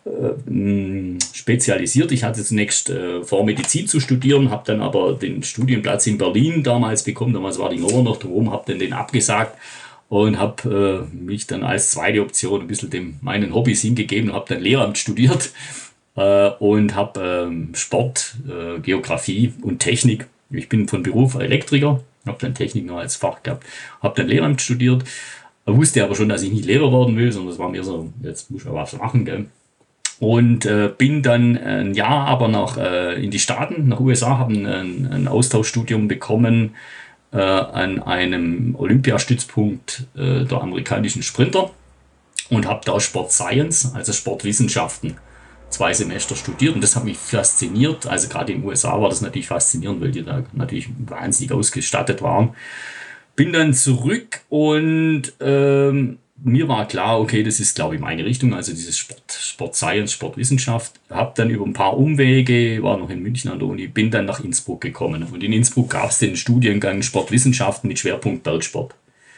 äh, spezialisiert. Ich hatte zunächst äh, vor, Medizin zu studieren, habe dann aber den Studienplatz in Berlin damals bekommen. Damals war die Nova noch drum, habe dann den abgesagt. Und habe äh, mich dann als zweite Option ein bisschen dem, meinen Hobbys hingegeben und habe dann Lehramt studiert äh, und habe ähm, Sport, äh, Geografie und Technik. Ich bin von Beruf Elektriker, habe dann Technik noch als Fach gehabt, habe dann Lehramt studiert, wusste aber schon, dass ich nicht Lehrer werden will, sondern es war mir so, jetzt muss ich was machen. Gell? Und äh, bin dann ein Jahr aber noch äh, in die Staaten, nach U S A, habe ein, ein Austauschstudium bekommen, Äh, an einem Olympiastützpunkt äh, der amerikanischen Sprinter und habe da Sport Science, also Sportwissenschaften, zwei Semester studiert, und das hat mich fasziniert. Also gerade in den U S A war das natürlich faszinierend, weil die da natürlich wahnsinnig ausgestattet waren. Bin dann zurück und ähm, mir war klar, okay, das ist, glaube ich, meine Richtung, also dieses Sport, Sport Science, Sportwissenschaft. Habe dann über ein paar Umwege, war noch in München an der Uni, bin dann nach Innsbruck gekommen. Und in Innsbruck gab es den Studiengang Sportwissenschaften mit Schwerpunkt Bergsport.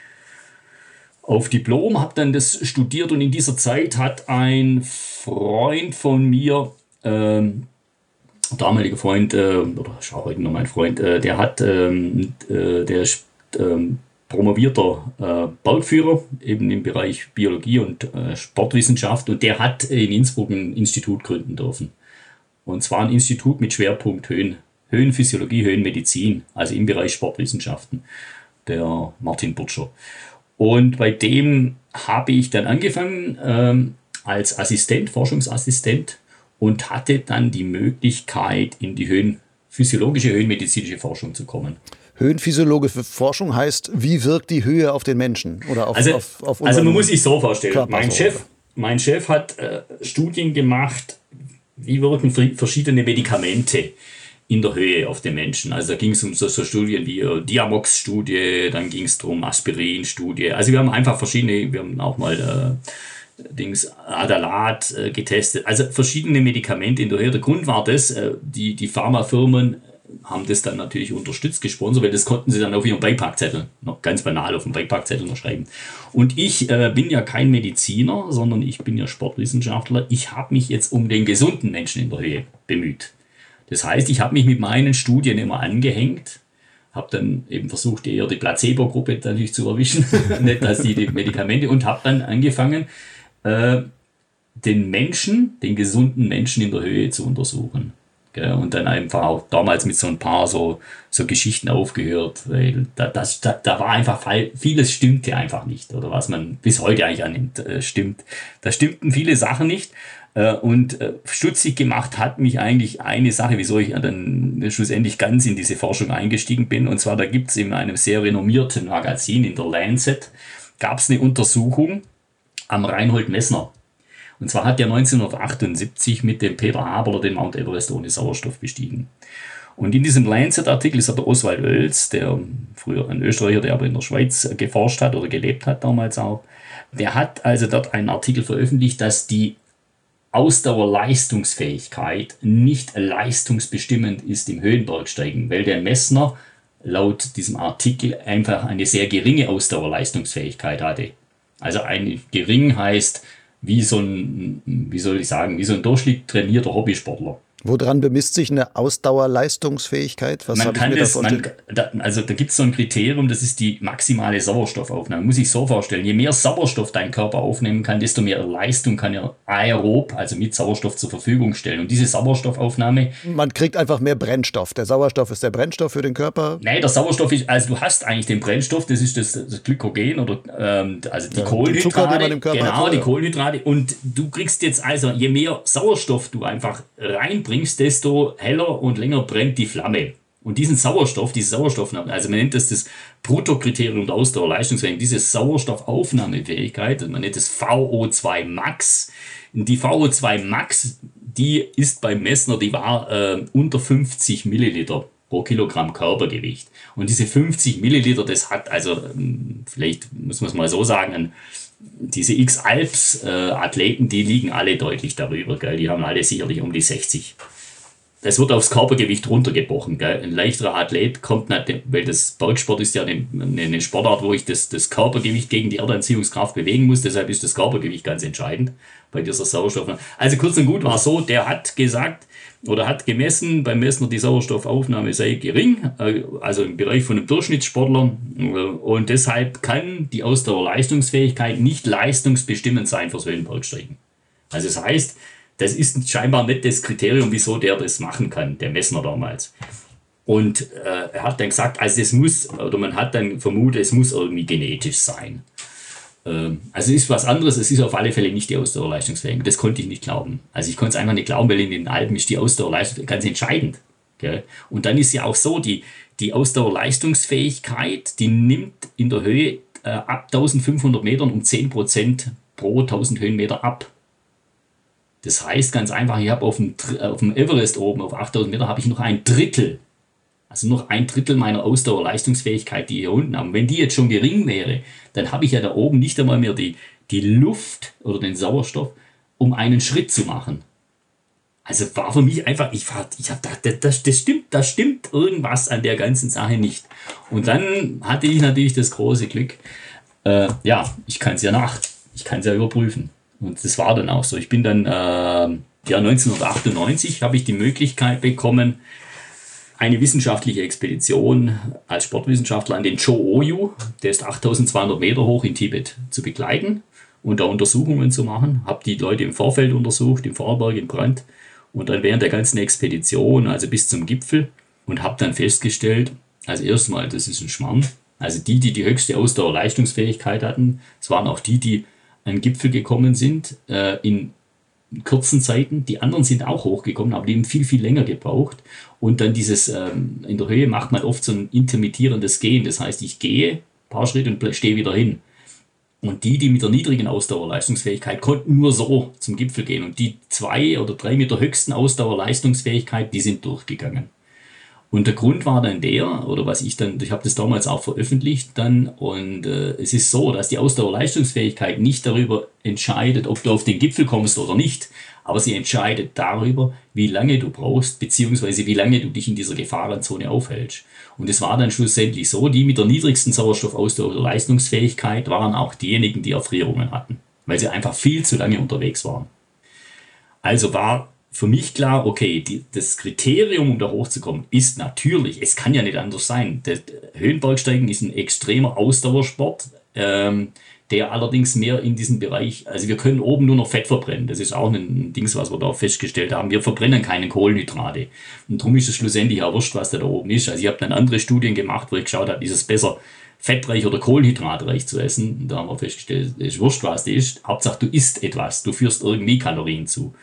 Auf Diplom, habe dann das studiert, und in dieser Zeit hat ein Freund von mir, ähm, damaliger Freund, äh, oder ist auch heute noch mein Freund, äh, der hat, ähm, äh, der ist ähm, promovierter äh, Bergführer, eben im Bereich Biologie und äh, Sportwissenschaft, und der hat in Innsbruck ein Institut gründen dürfen. Und zwar ein Institut mit Schwerpunkt Höhen, Höhenphysiologie, Höhenmedizin, also im Bereich Sportwissenschaften, der Martin Burtscher. Und bei dem habe ich dann angefangen ähm, als Assistent, Forschungsassistent, und hatte dann die Möglichkeit, in die Höhenphysiologische, höhenmedizinische Forschung zu kommen. Höhenphysiologische Forschung heißt, wie wirkt die Höhe auf den Menschen? Oder auf, also, auf, auf also man muss sich so vorstellen, Körper mein so, Chef, mein Chef hat äh, Studien gemacht, wie wirken verschiedene Medikamente in der Höhe auf den Menschen. Also da ging es um so, so Studien wie äh, Diamox-Studie, dann ging es darum Aspirin-Studie. Also wir haben einfach verschiedene, wir haben auch mal äh, Dings Adalat äh, getestet. Also verschiedene Medikamente in der Höhe. Der Grund war das, äh, die, die Pharmafirmen haben das dann natürlich unterstützt, gesponsert, weil das konnten sie dann auf ihren Beipackzettel, noch ganz banal auf dem Beipackzettel noch schreiben. Und ich äh, bin ja kein Mediziner, sondern ich bin ja Sportwissenschaftler. Ich habe mich jetzt um den gesunden Menschen in der Höhe bemüht. Das heißt, ich habe mich mit meinen Studien immer angehängt, habe dann eben versucht, eher die Placebo-Gruppe natürlich zu erwischen, nicht als die, die Medikamente, und habe dann angefangen, äh, den Menschen, den gesunden Menschen in der Höhe zu untersuchen. Gell? Und dann einfach auch damals mit so ein paar so, so Geschichten aufgehört, weil da, das, da, da war einfach, vieles stimmte einfach nicht, oder was man bis heute eigentlich annimmt, äh, stimmt. Da stimmten viele Sachen nicht. Und äh, stutzig gemacht hat mich eigentlich eine Sache, wieso ich dann schlussendlich ganz in diese Forschung eingestiegen bin. Und zwar, da gibt es in einem sehr renommierten Magazin, in der Lancet, gab es eine Untersuchung am Reinhold Messner. Und zwar hat der neunzehnhundertachtundsiebzig mit dem Peter Haberler den Mount Everest ohne Sauerstoff bestiegen. Und in diesem Lancet-Artikel ist der Oswald Oels, der früher ein Österreicher, der aber in der Schweiz geforscht hat oder gelebt hat damals auch, der hat also dort einen Artikel veröffentlicht, dass die Ausdauerleistungsfähigkeit nicht leistungsbestimmend ist im Höhenbergsteigen, weil der Messner laut diesem Artikel einfach eine sehr geringe Ausdauerleistungsfähigkeit hatte. Also ein gering heißt, wie so ein, wie soll ich sagen, wie so ein durchschnittstrainierter Hobbysportler. Woran bemisst sich eine Ausdauerleistungsfähigkeit? Was man kann das, man, da, also da gibt es so ein Kriterium, das ist die maximale Sauerstoffaufnahme. Muss ich so vorstellen, je mehr Sauerstoff dein Körper aufnehmen kann, desto mehr Leistung kann er aerob, also mit Sauerstoff zur Verfügung stellen. Und diese Sauerstoffaufnahme... Man kriegt einfach mehr Brennstoff. Der Sauerstoff ist der Brennstoff für den Körper? Nein, der Sauerstoff ist, also du hast eigentlich den Brennstoff, das ist das, das Glykogen oder ähm, also die ja, Kohlenhydrate. Zucker, den man im Körper genau, hat, die ja. Kohlenhydrate. Und du kriegst jetzt also, je mehr Sauerstoff du einfach reinbringst, desto heller und länger brennt die Flamme. Und diesen Sauerstoff, diese Sauerstoffnahme, also man nennt das das Bruttokriterium der Ausdauerleistungsfähigkeit, diese Sauerstoffaufnahmefähigkeit, man nennt das V O zwei Max. Die V O zwei Max, die ist beim Messner, die war äh, unter fünfzig Milliliter pro Kilogramm Körpergewicht. Und diese fünfzig Milliliter, das hat also, vielleicht muss man es mal so sagen, ein diese X-Alps-Athleten, äh, die liegen alle deutlich darüber, gell? Die haben alle sicherlich um die sechzig. Das wird aufs Körpergewicht runtergebrochen. Gell? Ein leichterer Athlet kommt nicht, weil das Bergsport ist ja eine, eine Sportart, wo ich das, das Körpergewicht gegen die Erdanziehungskraft bewegen muss. Deshalb ist das Körpergewicht ganz entscheidend bei dieser Sauerstoff. Also kurz und gut war so, der hat gesagt oder hat gemessen, beim Messner die Sauerstoffaufnahme sei gering, also im Bereich von einem Durchschnittssportler. Und deshalb kann die Ausdauerleistungsfähigkeit nicht leistungsbestimmend sein fürs Höhenbergsteigen. Also das heißt, das ist scheinbar nicht das Kriterium, wieso der das machen kann, der Messner damals. Und äh, er hat dann gesagt, also es muss, oder man hat dann vermutet, es muss irgendwie genetisch sein. Ähm, also es ist was anderes, es ist auf alle Fälle nicht die Ausdauerleistungsfähigkeit. Das konnte ich nicht glauben. Also ich konnte es einfach nicht glauben, weil in den Alpen ist die Ausdauerleistung ganz entscheidend. Gell? Und dann ist ja auch so, die, die Ausdauerleistungsfähigkeit, die nimmt in der Höhe äh, ab eintausendfünfhundert Metern um zehn Prozent pro tausend Höhenmeter ab. Das heißt ganz einfach, ich habe auf dem, auf dem Everest oben, auf achttausend Meter, habe ich noch ein Drittel, also noch ein Drittel meiner Ausdauerleistungsfähigkeit, die hier unten haben. Wenn die jetzt schon gering wäre, dann habe ich ja da oben nicht einmal mehr die, die Luft oder den Sauerstoff, um einen Schritt zu machen. Also war für mich einfach, ich, war, ich habe gedacht, das, das, stimmt, das stimmt irgendwas an der ganzen Sache nicht. Und dann hatte ich natürlich das große Glück, äh, ja, ich kann es ja nach, ich kann es ja überprüfen. Und das war dann auch so. Ich bin dann, äh, ja, neunzehnhundertachtundneunzig habe ich die Möglichkeit bekommen, eine wissenschaftliche Expedition als Sportwissenschaftler an den Cho-Oyu, der ist achttausendzweihundert Meter hoch in Tibet, zu begleiten und da Untersuchungen zu machen. Habe die Leute im Vorfeld untersucht, im Vorberg, im Brand und dann während der ganzen Expedition, also bis zum Gipfel, und habe dann festgestellt, also erstmal, das ist ein Schmarrn. Also die, die die höchste Ausdauerleistungsfähigkeit hatten, es waren auch die, die an den Gipfel gekommen sind, äh, in kurzen Zeiten. Die anderen sind auch hochgekommen, aber die haben viel, viel länger gebraucht. Und dann dieses, ähm, in der Höhe macht man oft so ein intermittierendes Gehen. Das heißt, ich gehe ein paar Schritte und stehe wieder hin. Und die, die mit der niedrigen Ausdauerleistungsfähigkeit konnten nur so zum Gipfel gehen. Und die zwei oder drei mit der höchsten Ausdauerleistungsfähigkeit, die sind durchgegangen. Und der Grund war dann der, oder was ich dann, ich habe das damals auch veröffentlicht dann, und äh, es ist so, dass die Ausdauerleistungsfähigkeit nicht darüber entscheidet, ob du auf den Gipfel kommst oder nicht, aber sie entscheidet darüber, wie lange du brauchst, beziehungsweise wie lange du dich in dieser Gefahrenzone aufhältst. Und es war dann schlussendlich so, die mit der niedrigsten Sauerstoffausdauerleistungsfähigkeit waren auch diejenigen, die Erfrierungen hatten, weil sie einfach viel zu lange unterwegs waren. Also war für mich klar, okay, die, das Kriterium, um da hochzukommen, ist natürlich, es kann ja nicht anders sein. Das Höhenbergsteigen ist ein extremer Ausdauersport, ähm, der allerdings mehr in diesem Bereich, also wir können oben nur noch Fett verbrennen. Das ist auch ein Ding, was wir da festgestellt haben. Wir verbrennen keine Kohlenhydrate. Und darum ist es schlussendlich auch wurscht, was da, da oben ist. Also ich habe dann andere Studien gemacht, wo ich geschaut habe, ist es besser, fettreich oder kohlenhydratreich zu essen. Und da haben wir festgestellt, es ist wurscht, was das ist. Hauptsache, du isst etwas, du führst irgendwie Kalorien zu.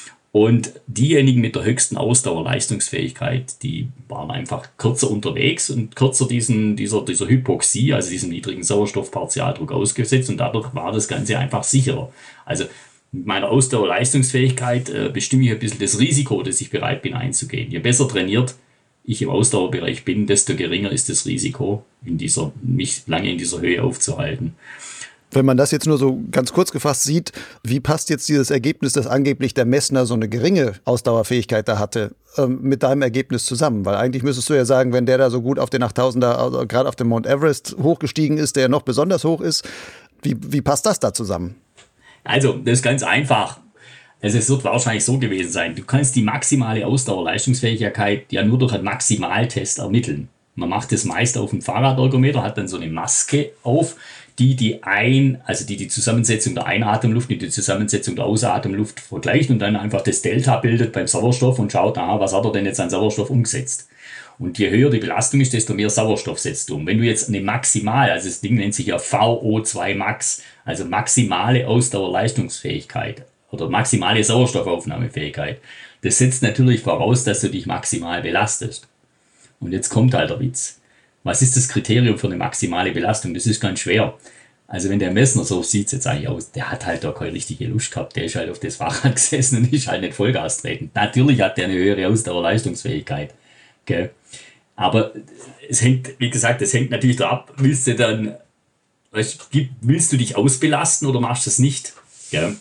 Und diejenigen mit der höchsten Ausdauerleistungsfähigkeit, die waren einfach kürzer unterwegs und kürzer diesen, dieser, dieser Hypoxie, also diesem niedrigen Sauerstoffpartialdruck ausgesetzt, und dadurch war das Ganze einfach sicherer. Also mit meiner Ausdauerleistungsfähigkeit äh, bestimme ich ein bisschen das Risiko, dass ich bereit bin einzugehen. Je besser trainiert ich im Ausdauerbereich bin, desto geringer ist das Risiko, in dieser, mich lange in dieser Höhe aufzuhalten. Wenn man das jetzt nur so ganz kurz gefasst sieht, wie passt jetzt dieses Ergebnis, dass angeblich der Messner so eine geringe Ausdauerfähigkeit da hatte, ähm, mit deinem Ergebnis zusammen? Weil eigentlich müsstest du ja sagen, wenn der da so gut auf den achttausender, also gerade auf dem Mount Everest hochgestiegen ist, der noch besonders hoch ist, wie, wie passt das da zusammen? Also, das ist ganz einfach. Also es wird wahrscheinlich so gewesen sein, du kannst die maximale Ausdauerleistungsfähigkeit ja nur durch einen Maximaltest ermitteln. Man macht das meist auf dem Fahrradergometer, hat dann so eine Maske auf, die die ein, also die die Zusammensetzung der Einatemluft mit der Zusammensetzung der Ausatemluft vergleicht und dann einfach das Delta bildet beim Sauerstoff und schaut, aha, was hat er denn jetzt an Sauerstoff umgesetzt? Und je höher die Belastung ist, desto mehr Sauerstoff setzt du um. Wenn du jetzt eine maximal, also das Ding nennt sich ja V O zwei Max, also maximale Ausdauerleistungsfähigkeit oder maximale Sauerstoffaufnahmefähigkeit, das setzt natürlich voraus, dass du dich maximal belastest. Und jetzt kommt halt der Witz. Was ist das Kriterium für eine maximale Belastung? Das ist ganz schwer. Also wenn der Messner, so sieht es jetzt eigentlich aus, der hat halt da keine richtige Lust gehabt. Der ist halt auf das Fahrrad gesessen und ist halt nicht Vollgas treten. Natürlich hat der eine höhere Ausdauerleistungsfähigkeit. Okay. Aber es hängt, wie gesagt, es hängt natürlich da ab, willst du dann, weißt, willst du dich ausbelasten oder machst du es nicht? Okay.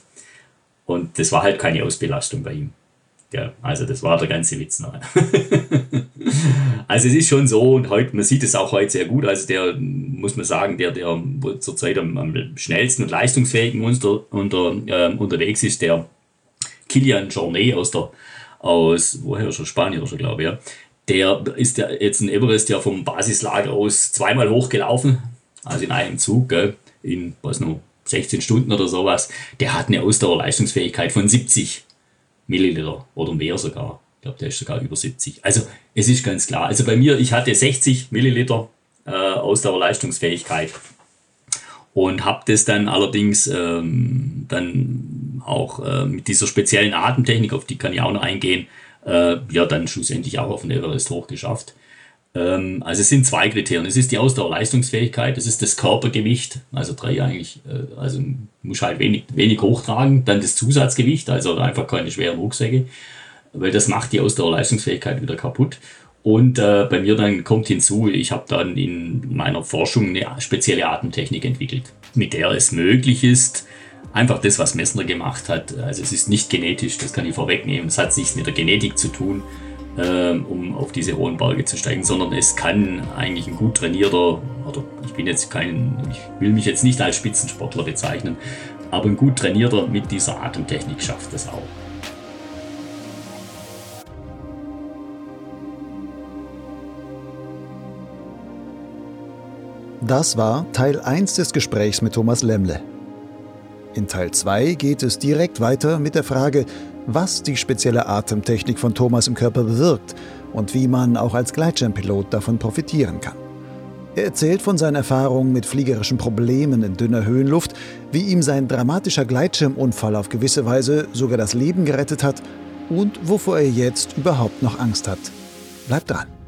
Und das war halt keine Ausbelastung bei ihm. Ja, also das war der ganze Witz noch. Also es ist schon so, und heute, man sieht es auch heute sehr gut, also der, muss man sagen, der, der zurzeit am, am schnellsten und leistungsfähigen unter, unter, äh, unterwegs ist, der Kilian Jornet aus der, aus, woher schon, Spanien schon, glaube ich, ja. Der ist ja jetzt in Everest ja vom Basislager aus zweimal hochgelaufen, also in einem Zug, gell, in, was noch, sechzehn Stunden oder sowas. Der hat eine Ausdauerleistungsfähigkeit von siebzig Milliliter oder mehr sogar. Ich glaube, der ist sogar über siebzig. Also es ist ganz klar. Also bei mir, ich hatte sechzig Milliliter äh, Ausdauerleistungsfähigkeit und habe das dann allerdings ähm, dann auch äh, mit dieser speziellen Atemtechnik, auf die kann ich auch noch eingehen, äh, ja dann schlussendlich auch auf den Everest hochgeschafft. Ähm, also es sind zwei Kriterien. Es ist die Ausdauerleistungsfähigkeit, es ist das Körpergewicht, also drei eigentlich, äh, also muss halt wenig, wenig hochtragen, dann das Zusatzgewicht, also einfach keine schweren Rucksäcke, weil das macht die Ausdauerleistungsfähigkeit wieder kaputt. Und äh, bei mir dann kommt hinzu, ich habe dann in meiner Forschung eine spezielle Atemtechnik entwickelt, mit der es möglich ist, einfach das, was Messner gemacht hat, also es ist nicht genetisch, das kann ich vorwegnehmen, es hat nichts mit der Genetik zu tun, ähm, um auf diese hohen Berge zu steigen, sondern es kann eigentlich ein gut trainierter, oder ich bin jetzt kein, ich will mich jetzt nicht als Spitzensportler bezeichnen, aber ein gut trainierter mit dieser Atemtechnik schafft das auch. Das war Teil eins des Gesprächs mit Thomas Lemmle. In Teil zwei geht es direkt weiter mit der Frage, was die spezielle Atemtechnik von Thomas im Körper bewirkt und wie man auch als Gleitschirmpilot davon profitieren kann. Er erzählt von seinen Erfahrungen mit fliegerischen Problemen in dünner Höhenluft, wie ihm sein dramatischer Gleitschirmunfall auf gewisse Weise sogar das Leben gerettet hat und wovor er jetzt überhaupt noch Angst hat. Bleibt dran!